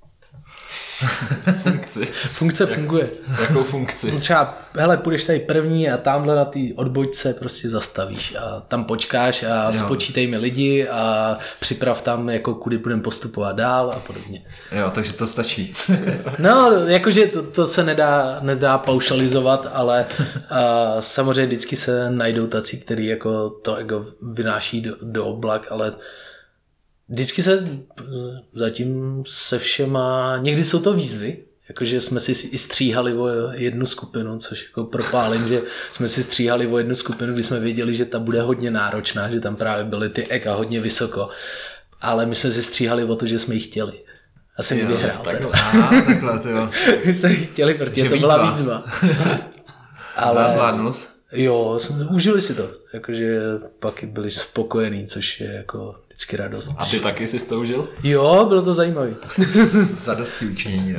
Funkce Jak, funguje. Jakou funkci? Třeba, hele, půjdeš tady první a tamhle na té odbočce prostě zastavíš a tam počkáš a spočítej mi lidi a připrav tam, jako kudy budeme postupovat dál a podobně. Jo, takže to stačí. No, jakože to se nedá paušalizovat, ale samozřejmě vždycky se najdou tací, který jako to ego vynáší do oblak, ale vždycky se zatím se všema, někdy jsou to výzvy, jakože jsme si i stříhali o jednu skupinu, což jako propálím, že jsme si stříhali o jednu skupinu, kdy jsme věděli, že ta bude hodně náročná, že tam právě byly ty ega hodně vysoko, ale my jsme si stříhali o to, že jsme ji chtěli. A jsem ji vyhrál. Takhle, to jo. My jsme ji chtěli, protože to byla výzva. Ale... Zvládnul jsi? Jo, užili si to, jakože pak byli spokojení, což je jako vždycky radost. A ty taky jsi to užil? Jo, bylo to zajímavé. Zadosti učinění.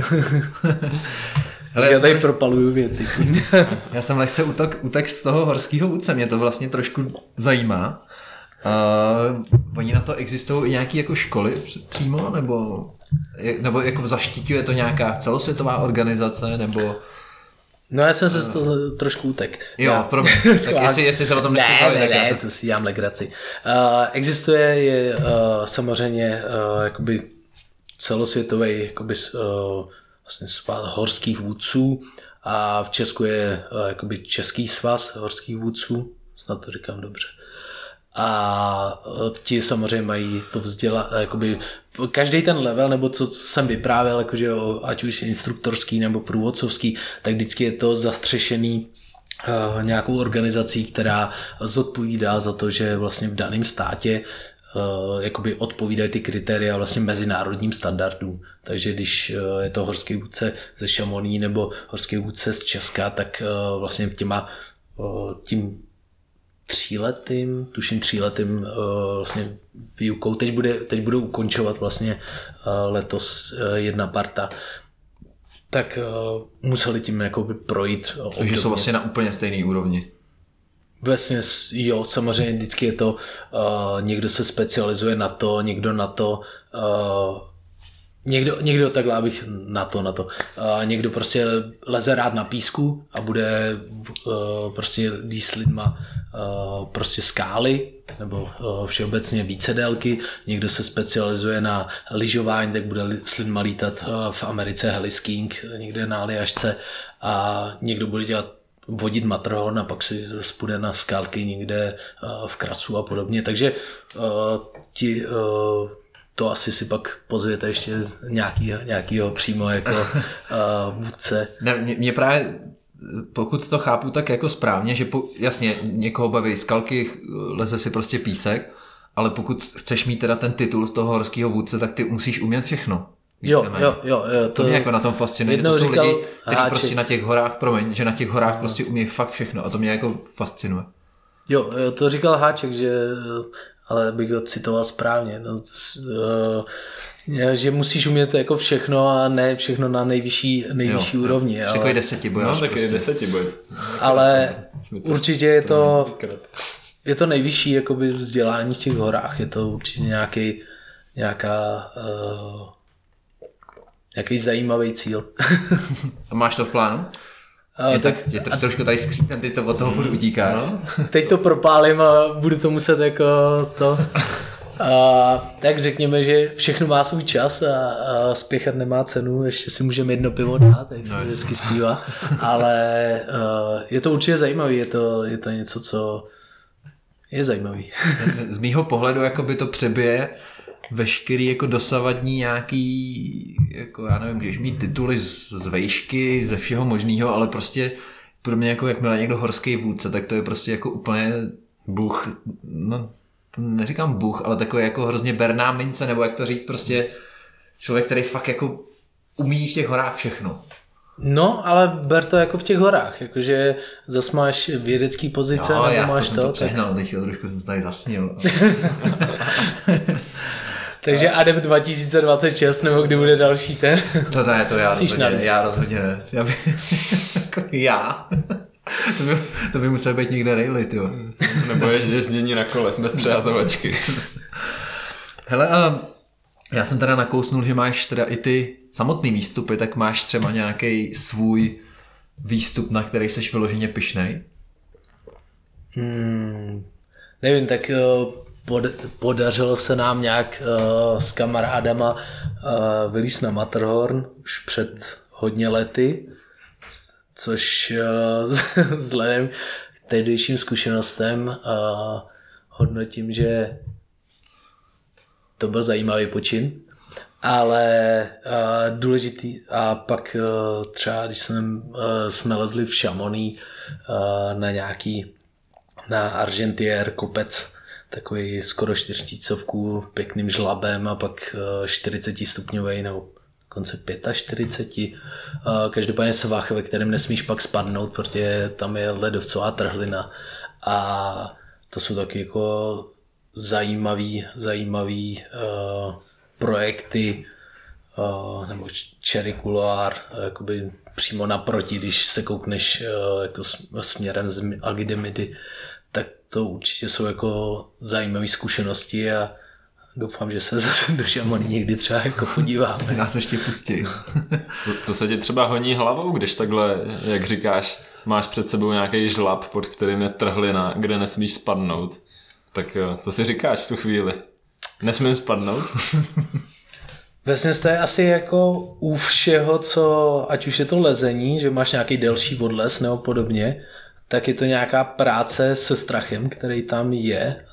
Já tady propaluju věci. Já jsem lehce utek z toho horského vůdce, mě to vlastně trošku zajímá. Oni na to existují i nějaké jako školy přímo, nebo jako zaštiťuje to nějaká celosvětová organizace, nebo... No já jsem se z toho trošku utek. Jo, tak jestli se o tom nechci bavit. Ne, to si dělám legraci. Existuje samozřejmě jakoby celosvětový jakoby, vlastně svaz horských vůdců a v Česku je jakoby Český svaz horských vůdců, snad to říkám dobře. A ti samozřejmě mají to jakoby každý ten level, nebo co jsem vyprávěl, jakože ať už instruktorský nebo průvodcovský, tak vždycky je to zastřešený nějakou organizací, která zodpovídá za to, že vlastně v daném státě jakoby odpovídají ty kritéria vlastně mezinárodním standardům. Takže když je to horský vůdce ze Chamonix nebo horský vůdce z Česka, tak vlastně tím tuším tříletým vlastně výukou. Teď bude ukončovat vlastně letos jedna parta. Tak museli tím jakoby projít. Takže jsou vlastně na úplně stejné úrovni. Vlastně jo, samozřejmě vždycky je to, někdo se specializuje na to, někdo na to, někdo takhle, abych na to. Někdo prostě leze rád na písku a bude prostě jít s lidma prostě skály nebo všeobecně vícedélky. Někdo se specializuje na lyžování, tak bude s lidma lítat v Americe heliskiing někde na Aljašce a někdo bude vodit Matterhorn a pak si zase půjde na skálky někde v Krasu a podobně. Takže to asi si pak pozvěte ještě nějakýho přímo jako vůdce. Ne, mě právě, pokud to chápu tak jako správně, že jasně někoho baví skalky, leze si prostě písek, ale pokud chceš mít teda ten titul z toho horského vůdce, tak ty musíš umět všechno. Jo. To mě jako na tom fascinuje, že to jsou lidi, kteří prostě na těch horách, že na těch horách prostě umějí fakt všechno a to mě jako fascinuje. Jo, to říkal Háček, ale bych ho citoval správně, že musíš umět jako všechno a ne všechno na nejvyšší úrovni. Jo. Takový 10boj. No, takový 10boj. Ale určitě je to nejvyšší jakoby vzdělání v těch horách, je to určitě nějaký zajímavý cíl. A máš to v plánu? Trošku tady skřípnem, ty to od toho budu utíkat. No. Teď to propálím a budu to muset jako to. Tak řekněme, že všechno má svůj čas a spěchat nemá cenu, ještě si můžeme jedno pivo dát, jak se vždycky zpívá, ale je to určitě zajímavý, je to něco, co je zajímavý. Z mýho pohledu jakoby to přebije veškerý jako dosavadní nějaký, jako já nevím, když mít tituly z vejšky, ze všeho možného, ale prostě pro mě jako jakmile někdo horský vůdce, tak to je prostě jako úplně bůh, no to neříkám bůh, ale takový jako hrozně berná mince, nebo jak to říct, prostě člověk, který fakt jako umí v těch horách všechno. No, ale ber to jako v těch horách, jakože zas máš vědecký pozice, no, nebo máš to přehnal, teď trošku jsem tady zasnil. Takže Adept 2026, nebo kdy bude další ten? To já rozhodně ne. To by musel být někde railit, jo. Nebo ježdění na kole bez přehazovačky. Hele, já jsem teda nakousnul, že máš teda i ty samotný výstupy, tak máš třeba nějaký svůj výstup, na který seš vyloženě pyšnej? Nevím, tak podařilo se nám nějak s kamarádama vylízt na Matterhorn už před hodně lety, což vzhledem k tehdejším zkušenostem hodnotím, že to byl zajímavý počin, ale důležitý a pak třeba, když jsme lezli v Chamonix na Argentière kopec, takový skoro 400 pěkným žlabem a pak 40 stupňový nebo konce 45. Každopádně svah, ve kterém nesmíš pak spadnout, protože tam je ledovcová trhlina a to jsou taky jako zajímavý projekty nebo Cherry Couloir, jakoby přímo naproti, když se koukneš jako směrem z Agidemidy, tak to určitě jsou jako zajímavé zkušenosti a doufám, že se zase do Chamonix někdy třeba jako podíváme. Tak nás ještě pustí. Co se ti třeba honí hlavou, když takhle, jak říkáš, máš před sebou nějaký žlab, pod kterým je trhlina, kde nesmíš spadnout? Tak co si říkáš v tu chvíli? Nesmím spadnout? Vlastně to je asi jako u všeho, co, ať už je to lezení, že máš nějaký delší odles nebo podobně, tak je to nějaká práce se strachem, který tam je,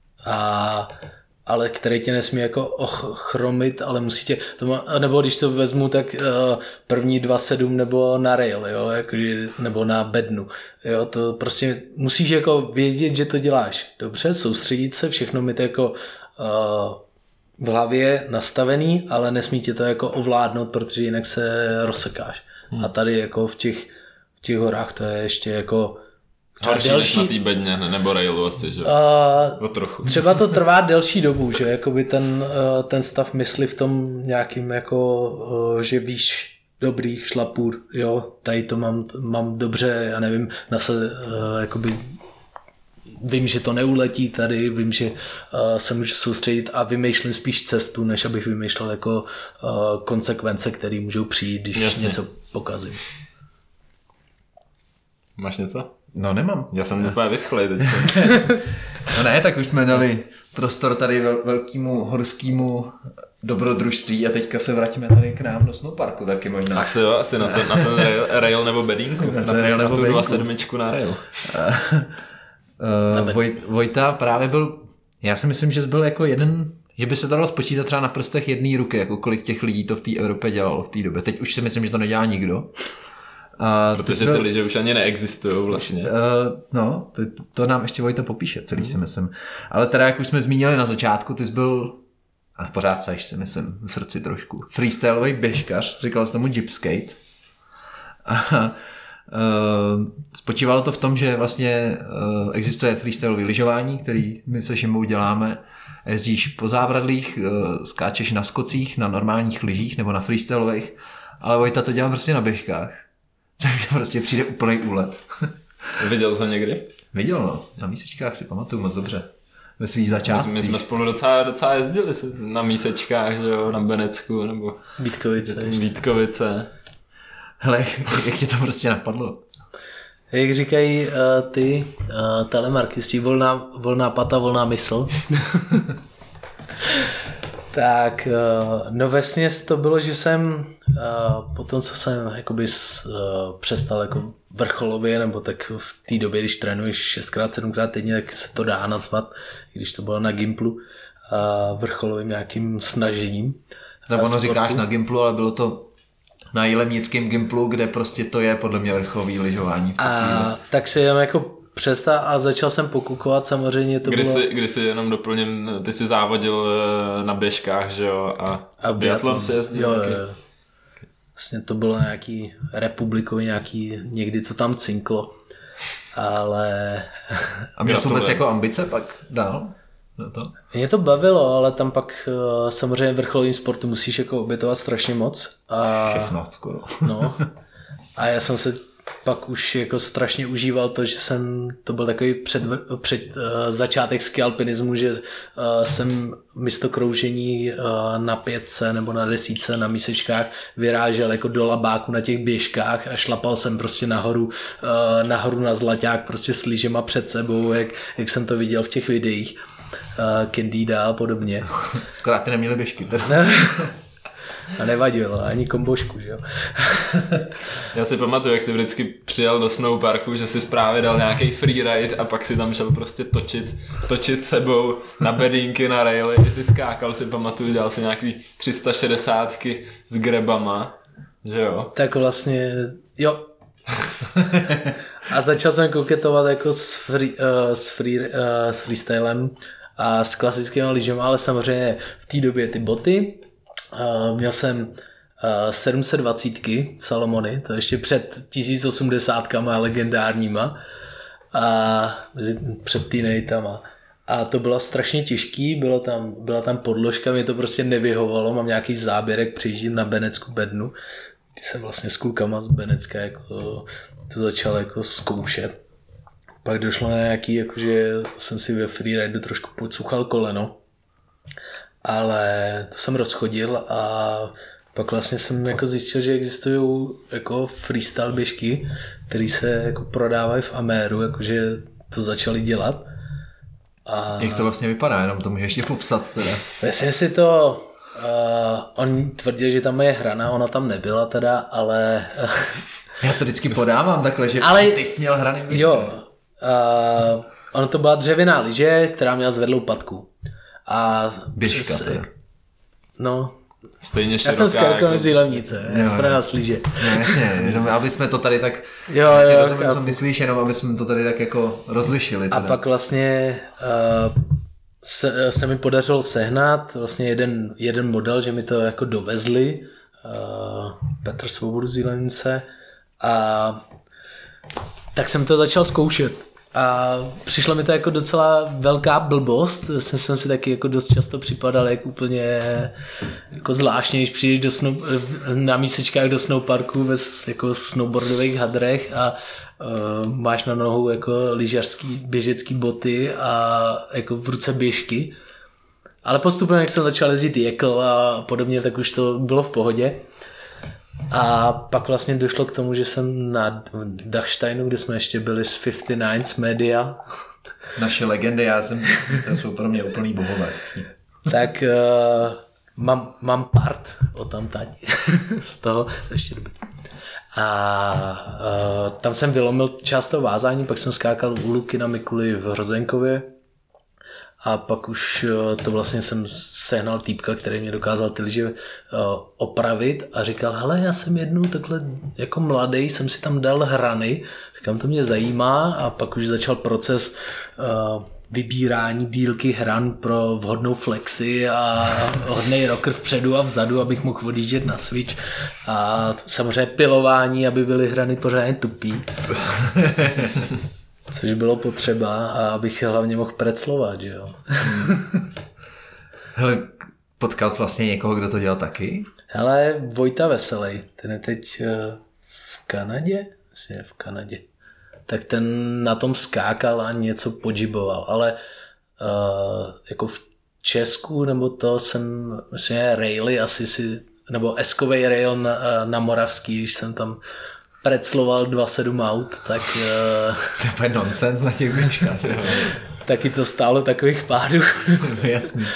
ale který tě nesmí jako ochromit, ale musí tě, nebo když to vezmu, tak první 2,7 nebo na rail, jo, jakože, nebo na bednu, jo, to prostě musíš jako vědět, že to děláš dobře, soustředit se, všechno mít jako v hlavě nastavený, ale nesmí tě to jako ovládnout, protože jinak se rozsekáš. A tady jako v těch horách to je ještě jako horší než na té bedně nebo railu asi, že? O trochu. Třeba to trvá delší dobu, že jakoby ten stav mysli v tom nějakým jako, že víš dobrých šlapů, jo, tady to mám dobře, já nevím, jakoby vím, že to neuletí tady, vím, že se můžu soustředit a vymýšlím spíš cestu, než abych vymýšlel jako konsekvence, které můžou přijít, když něco pokazím. Máš něco? No nemám. Já jsem úplně vyschlej teď. No ne, tak už jsme dali prostor tady velkému horskému dobrodružství a teďka se vrátíme tady k nám do snowparku taky možná. Asi jo, asi na ten rail nebo bedínku. Na tu 2.7 na rail. Vojta právě byl, já si myslím, že byl jako jeden, že by se to dalo spočítat třeba na prstech jedné ruky, jako kolik těch lidí to v té Evropě dělalo v té době. Teď už si myslím, že to nedělá nikdo. Protože ty lyže už ani neexistují vlastně. No, to nám ještě Vojta popíše, celý si myslím. Ale teda, jak už jsme zmínili na začátku, ty jsi byl, a pořád seš si myslím, v srdci trošku, freestyleový běžkař, říkal jsi tomu gypskate. Spočívalo to v tom, že vlastně existuje freestyleové lyžování, který my se Šimou děláme. Jezdíš po závradlích, skáčeš na skocích, na normálních lyžích nebo na freestyleových, ale Vojta to dělá prostě na běžkách. Takže prostě přijde úplný úlet. Viděl jsi ho někdy? Viděl, no. Na mísečkách si pamatuju moc dobře. Ve svých začátcích. My jsme spolu docela jezdili na mísečkách, že jo, na Benecku nebo Vítkovice. Hele, jak tě to prostě napadlo? Jak říkají ty telemarkisti, volná pata, volná mysl. Tak, no vesměs to bylo, že jsem potom, co jsem jakoby přestal jako vrcholově, nebo tak v té době, když trénuješ 6x, 7x týdně, tak se to dá nazvat, když to bylo na Gimplu, vrcholovým nějakým snažením. Tak ono říkáš na Gimplu, ale bylo to na Jilemnickém Gimplu, kde prostě to je podle mě vrcholový lyžování. A tak si jen jako přestal a začal jsem pokukovat, samozřejmě to bylo... Kdy jsi jenom doplním, ty jsi závodil na běžkách, že jo, a biatlon si jezdil. Jo. Vlastně to bylo nějaký republikový, někdy to tam cinklo, ale... A měl jsi vůbec jako ambice pak dál? No to? Mě to bavilo, ale tam pak samozřejmě v vrcholovém sportu musíš jako obětovat strašně moc. Všechno skoro. No. A já jsem se pak už jako strašně užíval to, že to byl takový před začátek skialpinismu, že jsem místo kroužení na 5 nebo na 10 na mísečkách vyrážel jako do labáku na těch běžkách a šlapal jsem prostě nahoru na zlaťák prostě s lyžema před sebou, jak jsem to viděl v těch videích. Candida a podobně. Akorát ty neměli běžky. A nevadilo, ani kombošku, že jo. Já si pamatuju, jak jsi vždycky přijel do snowparku, že jsi právě dal nějaký freeride a pak si tam šel prostě točit sebou na bedínky, na raily, jsi skákal, si pamatuju, dělal si nějaký 360 s grebama, že jo. Tak vlastně, jo. A začal jsem koketovat jako s freestylem a s klasickými lyžemi, ale samozřejmě v té době ty boty. Měl jsem 720 Salomony, to ještě před 1080 legendárníma a před teenagerama. A to bylo strašně těžký, byla tam podložka, mě to prostě nevyhovalo, mám nějaký záběrek, přijíždím na Benecku bednu, kdy jsem vlastně s klukama z Benecka jako to začal jako zkoušet. Pak došlo na nějaký, jakože jsem si ve freeridu trošku podsuchal koleno, ale to jsem rozchodil a pak vlastně jsem jako zjistil, že existují jako freestyle běžky, které se jako prodávají v Améru, jakože to začali dělat. A... Jak to vlastně vypadá, jenom to můžeš ještě popsat teda. Myslím si to, on tvrdil, že tam je hrana, ona tam nebyla teda, ale... Já to vždycky podávám takhle, že ale... ty jsi měl hrany. Jo, ono to byla dřevěná lyže, která měla zvedlou patku. A běžka no. Stejně široká. Já jsem z Karkonoš z Jilemnice, pro nás lyže. No jasně, aby jsme to tady tak, jo, co myslíš, jenom aby jsme to tady tak jako rozlišili. Teda. A pak vlastně se mi podařilo sehnat vlastně jeden model, že mi to jako dovezli, Petr Svobodu z Jílenice, a tak jsem to začal zkoušet. A přišlo mi to jako docela velká blbost. Jsem si taky jako dost často připadal jak úplně jako zvláštně, když přijdeš na mísečkách do snowparku ve jako snowboardových hadrech a máš na nohou jako lyžařský běžecký boty a jako v ruce běžky. Ale postupem, jak jsem začal jezdit jekl a podobně, tak už to bylo v pohodě. A pak vlastně došlo k tomu, že jsem na Dachsteinu, kde jsme ještě byli s 59 Media. Naše legendy, to jsou pro mě úplný bobové. Tak mám part o tam tady z toho ještě doby. A tam jsem vylomil část toho vázání, pak jsem skákal u Luky na Mikuli v Hrozenkově. A pak už to vlastně jsem sehnal týpka, který mě dokázal ty lyže opravit a říkal, hele, já jsem jednou takhle jako mladý, jsem si tam dal hrany, říkám, to mě zajímá, a pak už začal proces vybírání dílky hran pro vhodnou flexi a hodnej rocker vpředu a vzadu, abych mohl odjíždět na switch, a samozřejmě pilování, aby byly hrany pořádně tupý. Což bylo potřeba, a abych hlavně mohl preclovat, že jo. Hele, potkal jsi vlastně někoho, kdo to dělal taky? Hele, Vojta Veselej, ten je teď v Kanadě? Myslím, v Kanadě. Tak ten na tom skákal a něco podžiboval, ale jako v Česku, nebo to jsem, myslím, raily asi si, nebo eskovej rail na Moravský, když jsem tam precloval 2.7 aut, tak to je nonsens na těch běžkách. Taky to stálo takových pádů. Jasný.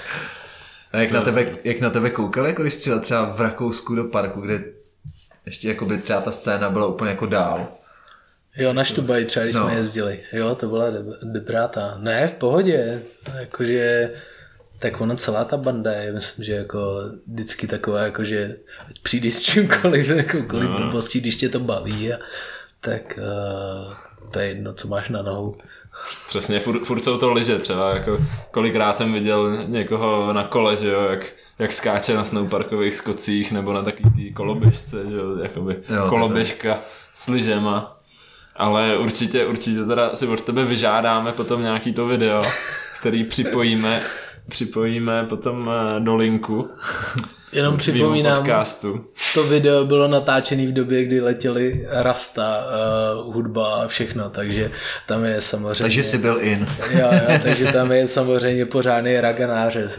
A jak na tebe koukali, jako když přijel třeba v Rakousku do parku, kde ještě jakoby třeba ta scéna byla úplně jako dál? Jo, na Štubaji třeba, když jsme jezdili. Jo, to byla dobrá ta. Ne, v pohodě. Jakože tak ono celá ta banda je, myslím, že jako vždycky taková, jako že přijde s čímkoliv, jako kolik blbostí, když tě to baví, a tak to je jedno, co máš na nohou. Přesně, furt jsou to lyže třeba, jako kolikrát jsem viděl někoho na kole, že jo, jak skáče na snowparkových skocích nebo na takový tý koloběžce, že jo, jakoby koloběžka s lyžema. Ale určitě teda si od tebe vyžádáme potom nějaký to video, který připojíme potom do linku. Jenom připomínám, podcastu. To video bylo natáčené v době, kdy letěli Rasta, hudba a všechno, takže tam je samozřejmě... Takže jsi byl in. Jo, takže tam je samozřejmě pořádný raganáře.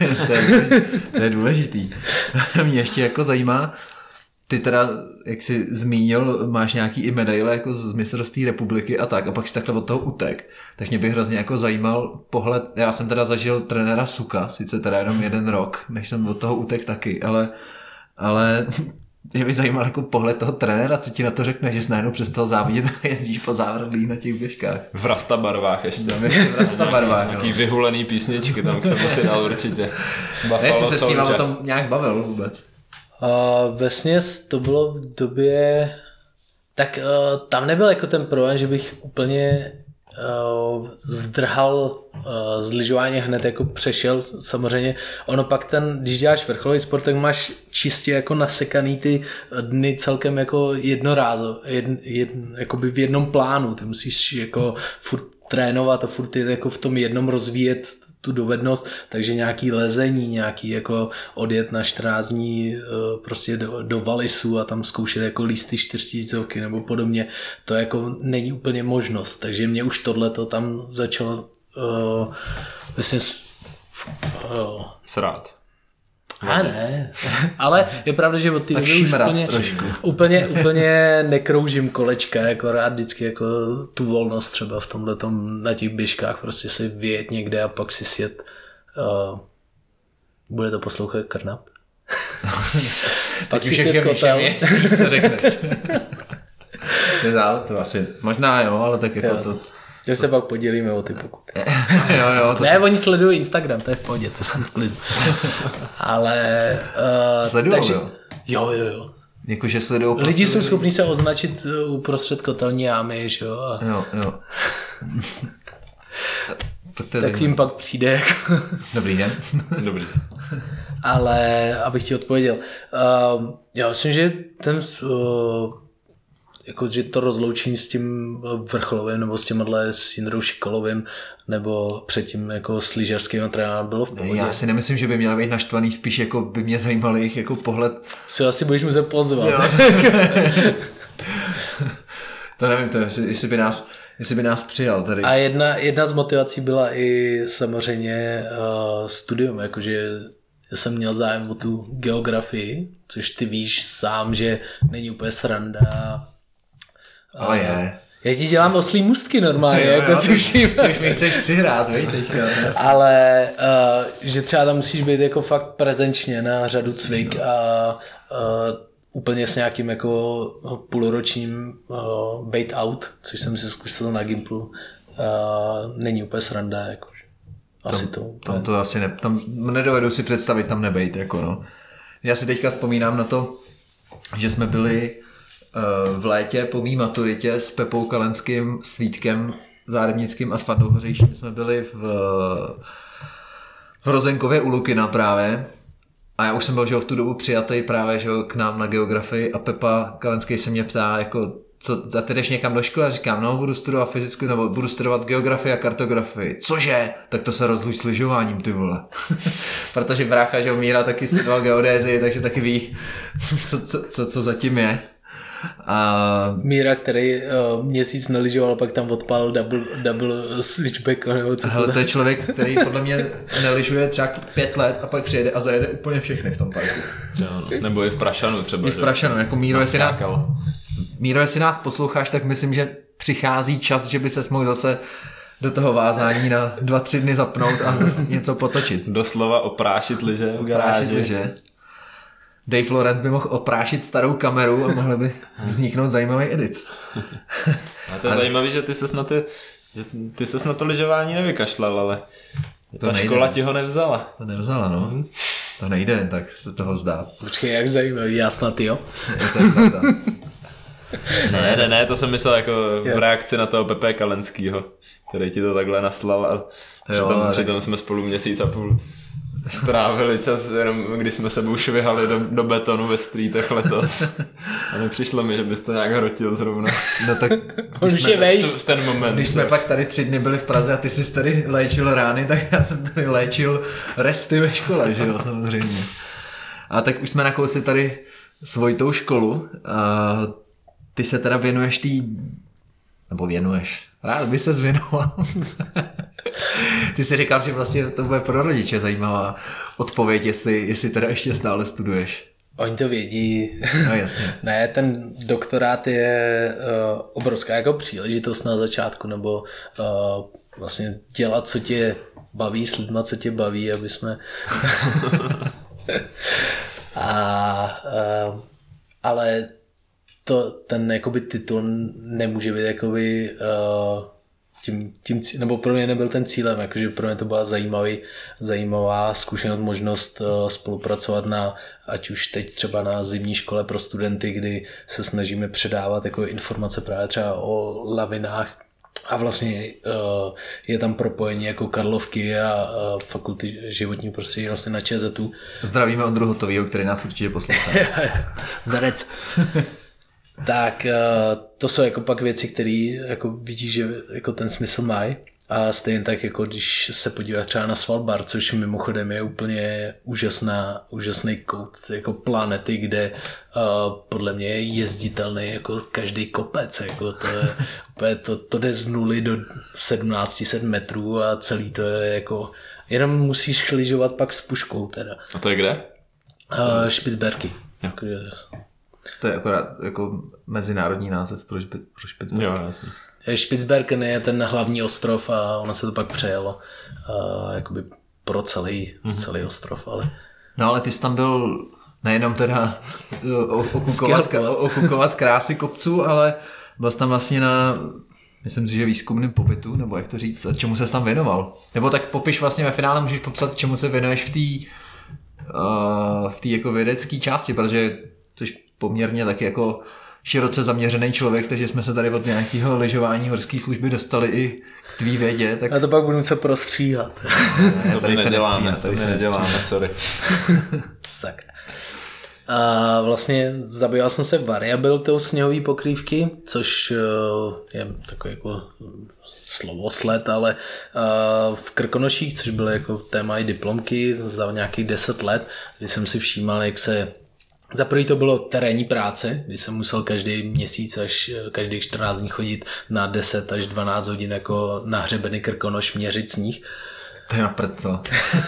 To je důležitý. Mě ještě jako zajímá, ty teda, jak jsi zmínil, máš nějaký i medaile jako z mistrovství republiky a tak, a pak si takhle od toho utek. Tak mě by hrozně jako zajímal pohled, já jsem teda zažil trenéra Suka, sice teda jenom 1 rok, než jsem od toho utek taky, ale mě by zajímal jako pohled toho trenéra, co ti na to řekne, že jsi najednou přestal závidět a jezdíš po závodlích na těch běžkách. V Rasta barvách ještě. V Rasta barvách, nějaký vyhulený písničky tam k tomu si dal určitě. Ne, jsi se s ním o tom nějak bavil vůbec. Vesměs to bylo v době, tak tam nebyl jako ten problém, že bych úplně zdrhal z lyžování, hned jako přešel. Samozřejmě ono pak když děláš vrcholový sport, tak máš čistě jako nasekaný ty dny celkem jako jednorázo, jakoby v jednom plánu. Ty musíš jako furt trénovat a furt jako v tom jednom rozvíjet tu dovednost, takže nějaký lezení, nějaký jako odjet na 14 dní prostě do Valisu a tam zkoušet jako lísty 4000 nebo podobně, to jako není úplně možnost, takže mě už tohleto tam začalo vlastně srát. A ne, ale je pravda, že od té doby už úplně nekroužím kolečka, jako rád vždycky jako tu volnost třeba v tomhletom na těch běžkách, prostě si vyjet někde a pak si sjet. Bude to poslouchat Krnap? Pak si sjet kotel. Co řekneš? To asi, možná jo, ale tak jako to... Že se pak podělíme o ty pokuty. Jo, ne, oni sledují Instagram, to je v pohodě, to jsem v klidu. Ale... Sledujou, takže, jo. Jakože sledujou... Lidi jsou schopní se označit uprostřed kotelní jámy, že jo? Jo. tak jim pak přijde jako... Dobrý den. Dobrý. Ale abych ti odpověděl. Já myslím, že jako, že to rozloučení s tím vrcholovým nebo s těmhle s Jindrou Šikolovým nebo předtím jako s lyžařským trenérem bylo v pohodě. Já si nemyslím, že by měl být naštvaný, spíš jako by mě zajímal jejich jako pohled. Si asi budeš muset pozvat. To nevím, to jestli by nás přijal tady. A jedna z motivací byla i samozřejmě studium, jakože jsem měl zájem o tu geografii, což ty víš sám, že není úplně sranda. Ale je. Já ti dělám oslí můstky normálně, jako suším. Ty už mi chceš přihrát, víš, teďka. Ale že třeba tam musíš být jako fakt prezenčně na řadu cvik a úplně s nějakým jako půlročním bait out, což jsem si zkusil na Gimplu, není úplně sranda, jakože. Asi tam to asi tam nedovedu si představit tam nebejt, jako no. Já si teďka vzpomínám na to, že jsme byli v létě po mý maturitě s Pepou Kalenským, s Vítkem Zárybnickým a s Fandou Hořejším jsme byli v Rozenkově u Lukina právě. A já už jsem byl, že v tu dobu přijatý právě že k nám na geografii a Pepa Kalenský se mě ptá, jako, co, a ty jdeš někam do školy a říkám, no budu studovat fyzickou, nebo budu studovat geografii a kartografii. Cože? Tak to se rozluč s lyžováním, ty vole. Protože brácha, že Míra taky studoval geodézii, takže taky ví, co zatím je. A... Míra, který měsíc nelyžoval, pak tam odpálil double switchback. Nebo co hele, to je člověk, který podle mě nelyžuje třeba 5 let a pak přijede a zajede úplně všechny v tom parku. No, nebo i v Prašanu třeba. I v Prašanu, jako Míro, jestli nás posloucháš, tak myslím, že přichází čas, že by ses mohl zase do toho vázání na 2-3 dny zapnout a něco potočit. Doslova oprášit lyže v garáži. Dave Lawrence by mohl oprášit starou kameru a mohl by vzniknout zajímavý edit. A to je zajímavý, že ty ses na to lyžování nevykašlal, ale ta škola ti ho nevzala. To nevzala, no. To nejde tak se toho zdát. Počkej, jak zajímavý, já snad jo. Ne, to jsem myslel jako v reakci na toho Pepe Kalenskýho, který ti to takhle naslal a přitom jsme spolu měsíc a půl trávili čas, jenom když jsme sebou švihali do betonu ve streetech letos. A nepřišlo mi, že bys to nějak hrotil zrovna. No tak v ten moment. Když jsme pak tady 3 dny byli v Praze a ty jsi tady léčil rány, tak já jsem tady léčil resty ve škole, že jo, samozřejmě. A tak už jsme nakousli tady svojitou školu a ty se teda věnuješ rád by ses věnoval. Ty jsi říkal, že vlastně to bude pro rodiče zajímavá odpověď, jestli teda ještě stále studuješ. Oni to vědí. No jasně. Ne, ten doktorát je obrovská jako příležitost na začátku, nebo vlastně dělat, co tě baví, s lidma, co tě baví, aby jsme... ale ten jakoby titul nemůže být jakoby tím nebo pro mě nebyl ten cílem, jakože pro mě to byla zajímavá zkušenost, možnost spolupracovat ať už teď třeba na zimní škole pro studenty, kdy se snažíme předávat jako informace právě třeba o lavinách a vlastně je tam propojení jako Karlovky a fakulty životního prostředí vlastně na ČZU. Zdravíme Ondru Hotovýho, který nás určitě poslouchá. Zdarec. Tak to jsou jako pak věci, které jako vidíš, že jako ten smysl mají. A stejně tak, jako když se podíváš třeba na Svalbard, což mimochodem je úplně úžasný kout jako planety, kde podle mě je jezditelný jako každý kopec. Jako to jde z 0 do 1700 metrů a celý to je jako... Jenom musíš lyžovat pak s puškou teda. A to je kde? Špicberky. To je akorát jako mezinárodní název pro Špicberky. Jo, jasně. Špicbergen je ten hlavní ostrov a ono se to pak přejelo jakoby pro celý ostrov. Ale... No ale ty jsi tam byl nejenom teda okukovat krásy kopců, ale byl jsi tam vlastně na, myslím si, že výzkumném pobytu, nebo jak to říct, čemu ses tam věnoval. Nebo tak popiš vlastně ve finále, můžeš popsat, čemu se věnuješ v té jako vědecké části, protože jsi poměrně taky jako široce zaměřený člověk, takže jsme se tady od nějakého lyžování horské služby dostali i k tvý vědě. Tak... A to pak budu se prostříhat. Ne, to tady se neděláme, sorry. Sakra. A vlastně zabýval jsem se variabilitou sněhové pokrývky, což je takový jako slovosled, ale v Krkonoších, což bylo jako téma i diplomky za nějakých 10 let, kdy jsem si všímal, jak se za první to bylo terénní práce, kdy jsem musel každý měsíc až každých 14 dní chodit na 10 až 12 hodin jako na hřebeny Krkonoš měřit sníh. To je napřed, co?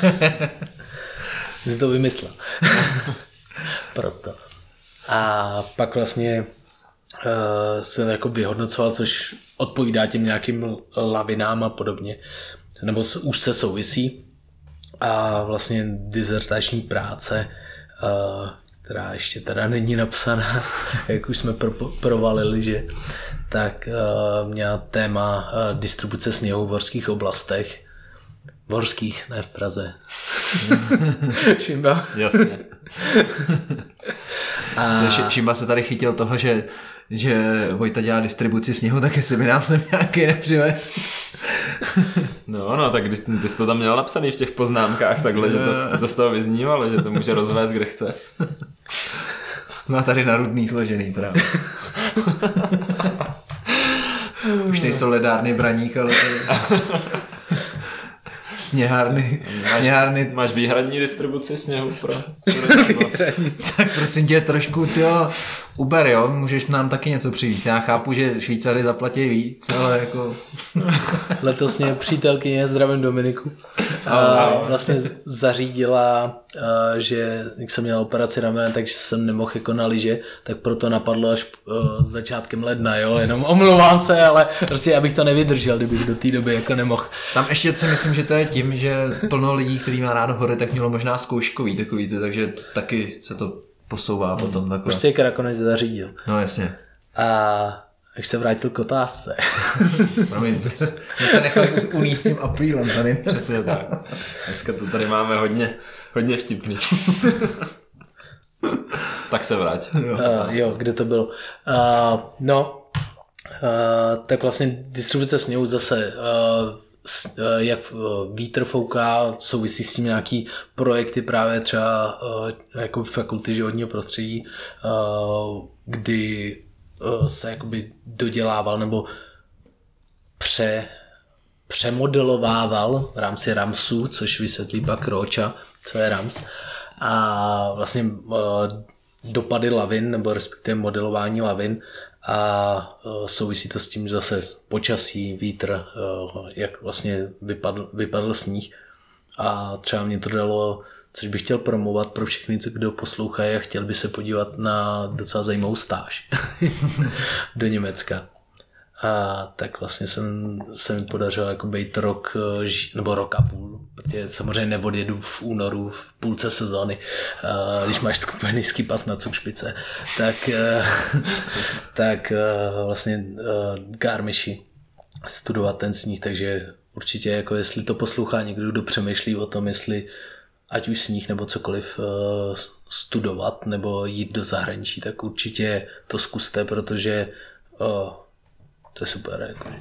Jsi to vymyslel. Proto. A pak vlastně jsem jako vyhodnocoval, což odpovídá těm nějakým lavinám a podobně, nebo už se souvisí. A vlastně dizertační práce, která ještě teda není napsaná, jak už jsme provalili, že tak měla téma distribuce sněhu v horských oblastech. V horských, ne v Praze. Šimba. Jasně. Šimba se tady chytil toho, že Vojta dělá distribuci sněhu, tak jestli by nám sem nějaký nepřivez. No, tak ty jsi to tam měl napsaný v těch poznámkách takhle, že to z toho vyznívalo, že to může rozvést, kde chce. Má tady na Rudný složený právě. Už nejsou ledárny Braník, ale to je... Sněhárny. Máš výhradní distribuci sněhu pro Tak prosím tě trošku, tyjo, Uber, jo, můžeš nám taky něco přijít. Já chápu, že Švýcaři zaplatí víc, ale jako... Letos mě přítelkyně, zdravím Dominiku, vlastně zařídila, že jak jsem měl operaci ramene, takže jsem nemohl jako na lyže, tak proto napadlo až začátkem ledna, jo, jenom omlouvám se, ale prostě abych to nevydržel, kdybych do té doby jako nemohl. Tam ještě si myslím, že to je tím, že plno lidí, který má rádo hory, tak mělo možná zkouškový takový, takže taky se to posouvá potom takhle. Prostě Krakonec zařídil. No jasně. A jak se vrátil k otázce. Promiň, my se nechali unést s tím aprílem tady. Přesně tak. Dneska to tady máme hodně vtipný. Tak se vrať. Jo, kde to bylo? Tak vlastně distribuce sněhu zase jak vítr fouká, souvisí s tím nějaký projekty právě třeba jako fakulty životního prostředí, kdy se jakoby dodělával nebo přemodelovával v rámci RAMSu, což vysvětlí pak Roča, co je RAMS. A vlastně dopady lavin, nebo respektive modelování lavin, a souvisí to s tím, že zase počasí, vítr, jak vlastně vypadl sníh. A třeba mě to dalo, což bych chtěl promovat pro všechny, kdo poslouchají a chtěl by se podívat na docela zajímavou stáž do Německa. A tak vlastně se mi podařilo jako být rok a půl, protože samozřejmě neodjedu v únoru v půlce sezóny, když máš skupený skipas na Cukšpice, tak vlastně Garmiši studovat ten sníh, takže určitě jako jestli to poslouchá někdo, kdo přemýšlí o tom, jestli ať už sníh nebo cokoliv studovat nebo jít do zahraničí, tak určitě to zkuste, protože to je super. Jako.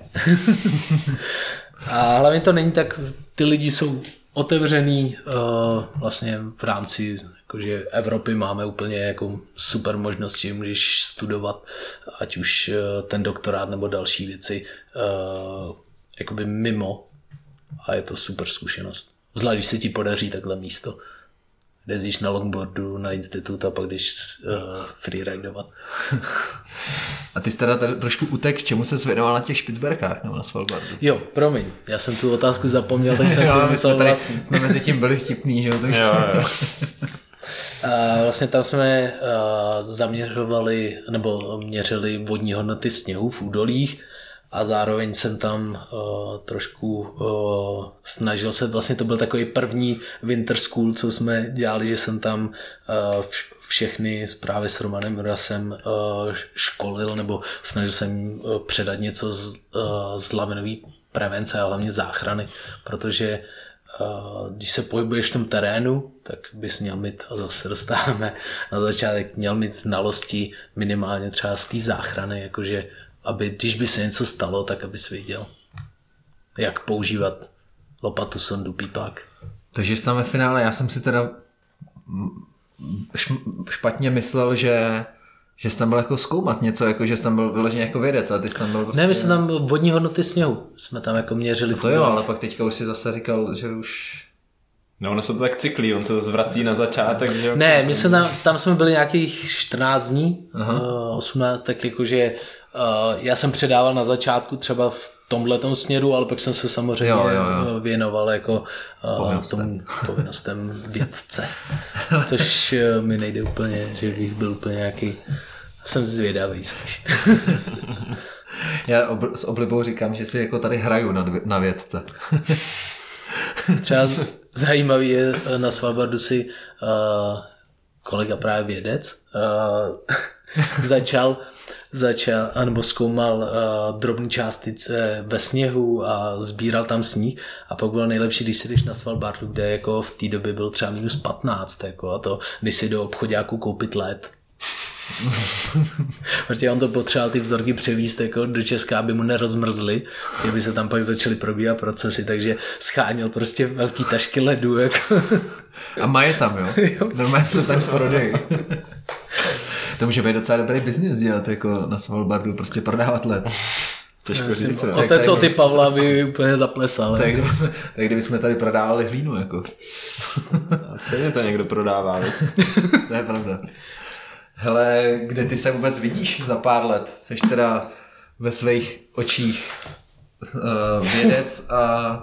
A hlavně to není tak, ty lidi jsou otevřený vlastně v rámci jakože Evropy máme úplně jako super možnosti, můžeš studovat ať už ten doktorát nebo další věci jakoby mimo a je to super zkušenost. Zvlášť, když se ti podaří takhle místo. Jezdíš na longboardu, na institut a pak jdeš freeridovat. A ty jsi teda trošku utek, čemu se věnoval na těch Špicberkách nebo na Svalbardu? Jo, promiň, já jsem tu otázku zapomněl, tak jsem si myslel vlastně. Jsme mezi tím byli vtipný, že jo? Takže... Jo. Vlastně tam jsme zaměřovali nebo měřili vodní hodnoty sněhu v údolích a zároveň jsem tam trošku snažil se, vlastně to byl takový první winter school, co jsme dělali, že jsem tam všechny právě s Romanem Rasem školil nebo snažil jsem předat něco z lavinové prevence a hlavně záchrany, protože když se pohybuješ v tom terénu, tak bys měl mít, a zase dostáváme na začátek, měl mít znalosti minimálně třeba z té záchrany, jakože aby, když by se něco stalo, tak abys věděl, jak používat lopatu, sondu, pípák. Takže samé finále, já jsem si teda špatně myslel, že jsi tam byl jako zkoumat něco, jako že jsi tam byl vyloženě jako vědec, ale ty jsi tam byl prostě... Ne, my jsme tam vodní hodnoty sněhu, jsme tam jako měřili. To jo, ale pak teďka už si zase říkal, že už... No ono se to tak cyklí, on se zvrací na začátek, že... Ne, my jsme tam jsme byli nějakých 14 dní, 18, tak jakože já jsem předával na začátku třeba v tomhletom směru, ale pak jsem se samozřejmě věnoval jako tomu povinnostem vědce, což mi nejde úplně, že bych byl úplně nějaký, jsem zvědavý spíš. Já s oblibou říkám, že si jako tady hraju na vědce. Třeba zajímavý je na Svalbardu si kolega právě vědec začal anebo zkoumal drobné částice ve sněhu a sbíral tam sníh a pak bylo nejlepší, když si jdeš na Svalbardu, kde jako v té době byl třeba -15 jako, a to, když si do obchoďáku koupit led. Protože on to potřeboval ty vzorky převízt jako do Česka, aby mu nerozmrzly, aby se tam pak začaly probíhat procesy, takže scháněl prostě velký tašky ledu. Jako. A má je tam, jo? Normálně se tam prodejí. To může být docela dobrý biznis dělat jako na Svalbardu, prostě prodávat led. Těžko říct. Otec od ty Pavla by úplně zaplesal. Tak kdybychom tady prodávali hlínu. Jako. A stejně to někdo prodává. To je pravda. Hele, kde ty se vůbec vidíš za pár let? Jseš teda ve svých očích vědec a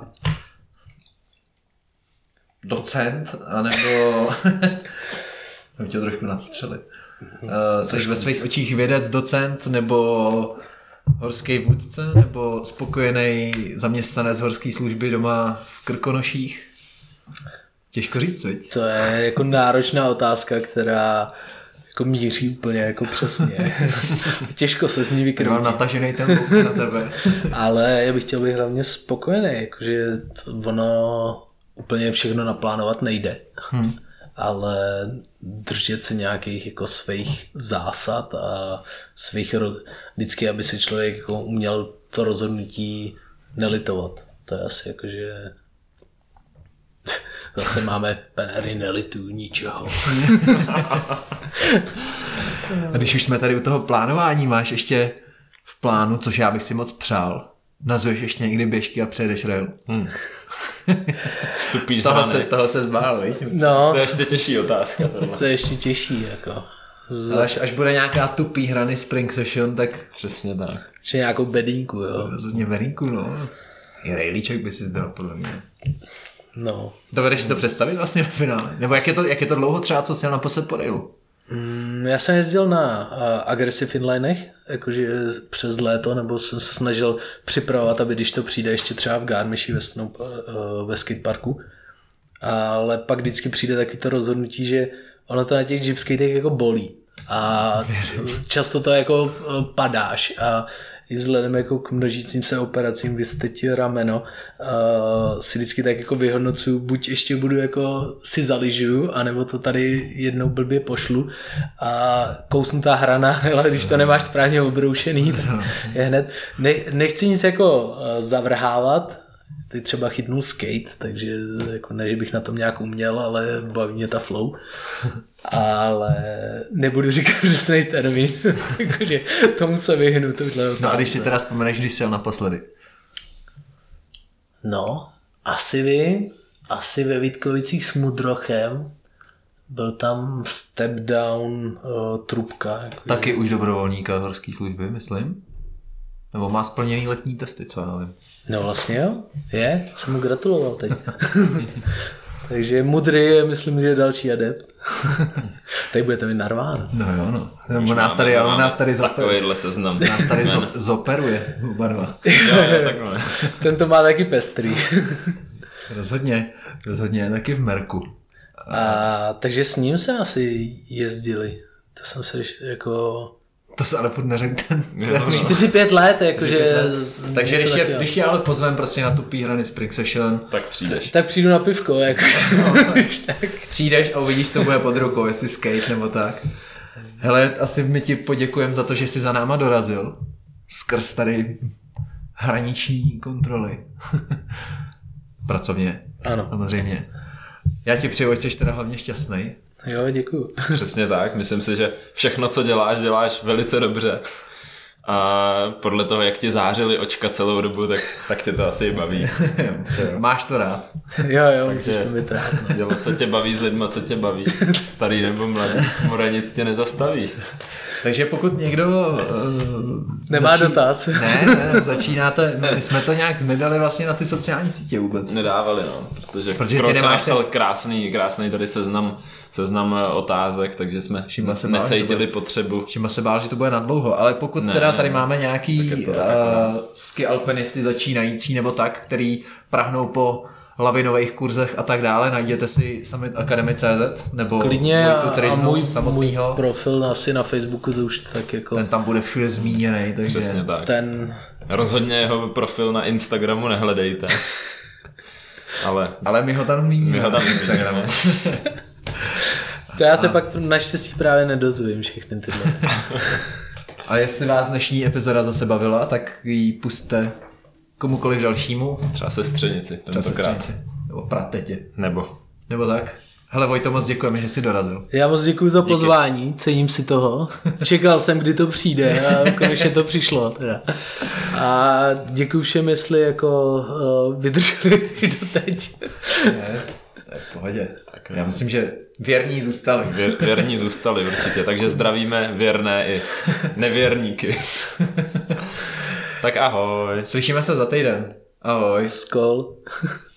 docent, anebo jsem chtěl trošku nadstřelit. Jseš ve svých očích vědec, docent, nebo horský vůdce, nebo spokojený zaměstnanec horské služby doma v Krkonoších? Těžko říct, veď? To je jako náročná otázka, která jako míří úplně jako přesně. Těžko se z ní vykrytí. Mám natažený ten bouk na tebe. Ale já bych chtěl být hlavně spokojený, jakože ono úplně všechno naplánovat nejde. Ale držet se nějakých jako svých zásad a svých vždycky, aby se člověk jako uměl to rozhodnutí nelitovat. To je asi jakože zase máme penery nelituju ničeho. A když už jsme tady u toho plánování, máš ještě v plánu, což já bych si moc přál, nazveš ještě někdy běžky a přejedeš rail. Stupíš toho se zbál, víš? No, to je ještě těžší otázka. To je ještě těžší, jako. Až bude nějaká tupý hrany Spring Session, tak... Přesně tak. Že nějakou bedínku, jo. Rozhodně bedínku, no. I rejlíček by si zdal, podle mě. No. Dovedeš si to představit vlastně ve finále? Nebo jak je to dlouho třeba, co jsi jel naposled po railu? Já jsem jezdil na aggressive inlinech, jakože přes léto, nebo jsem se snažil připravovat, aby když to přijde ještě třeba v Garmiši ve skateparku. Ale pak vždycky přijde taky to rozhodnutí, že ono to na těch gypskatech jako bolí. A často to jako padáš a i vzhledem jako k množícím se operacím vystetit rameno si vždycky tak jako vyhodnocuju, buď ještě budu jako si zaližuju, anebo to tady jednou blbě pošlu a kousnutá hrana, ale když to nemáš správně obroušený, tak je hned. Nechci nic jako zavrhávat, teď třeba chytnul skate, takže jako ne, že bych na tom nějak uměl, ale baví mě ta flow. Ale nebudu říkat přesnej termín, takže tomu se vyhnu. No a když si teda vzpomeneš, když jsi jel naposledy? No, asi vím, asi ve Vítkovicích s Mudrochem, byl tam step down trubka. Jako taky už dobrovolníka horské služby, myslím. Nebo má splněný letní testy, co já vím. No vlastně jo, je, jsem mu gratuloval teď. Takže Mudry je, myslím, že je další adept. Tady budete mít narváno. No jo, no. On nás tady takovýhle seznam. Nás tady zoperuje oba dva. Jo, takhle. Ten to má taky pestrý. Rozhodně, taky v Merku. Takže s ním se asi jezdili. To jsem se jako... To se ale furt neřekl ten. 4-5 let, jakože... Takže když tě ale pozvem prostě na tu píhrany Spring Session, tak přijdeš. Tak přijdu na pivko, jako. tak. Přijdeš a uvidíš, co bude pod rukou, jestli skate nebo tak. Hele, asi my ti poděkujeme za to, že jsi za náma dorazil. Skrz tady hraniční kontroly. Pracovně. Ano. Samozřejmě. Já ti přeju, ať jsi teda hlavně šťastný. Jo, děkuju. Přesně tak, myslím si, že všechno, co děláš velice dobře. A podle toho, jak ti zářily očka celou dobu, tak tě to asi baví. Máš to rád. Jo, musíš to být rád. Dělat, co tě baví s lidma, co tě baví. Starý nebo mladý. Mora nic tě nezastaví. Takže pokud někdo... Nemá dotaz. Ne, začínáte... My jsme to nějak nedali vlastně na ty sociální sítě vůbec. Nedávali, no. Protože ty nemáš napsal krásný tady seznam otázek, takže jsme necítili potřebu. Šima se bál, že to bude nadlouho, ale pokud tady máme nějaký ski alpinisty začínající nebo tak, který prahnou po lavinových kurzech a tak dále, najděte si Summit Academy.cz nebo klidně a můj samotnýho profil asi na Facebooku, to už tak jako... Ten tam bude všude zmíněný, takže... Přesně tak. Ten... Rozhodně jeho profil na Instagramu nehledejte. Ale my ho tam zmíníme. To já se pak naštěstí právě nedozvím všechny tyhle. A jestli vás dnešní epizoda zase bavila, tak ji pusťte komukoliv dalšímu. Třeba sestřenici. Nebo pratetě. Nebo tak. Hele Vojto, moc děkujeme, že jsi dorazil. Já moc děkuji za pozvání, cením si toho. Čekal jsem, kdy to přijde a konečně to přišlo. Teda. A děkuji všem, jestli jako vydrželi doteď. Ne, to je v pohodě. Tak, já myslím, že věrní zůstali. Věrní zůstali určitě, takže zdravíme věrné i nevěrníky. Tak ahoj. Slyšíme se za týden. Ahoj. Skol.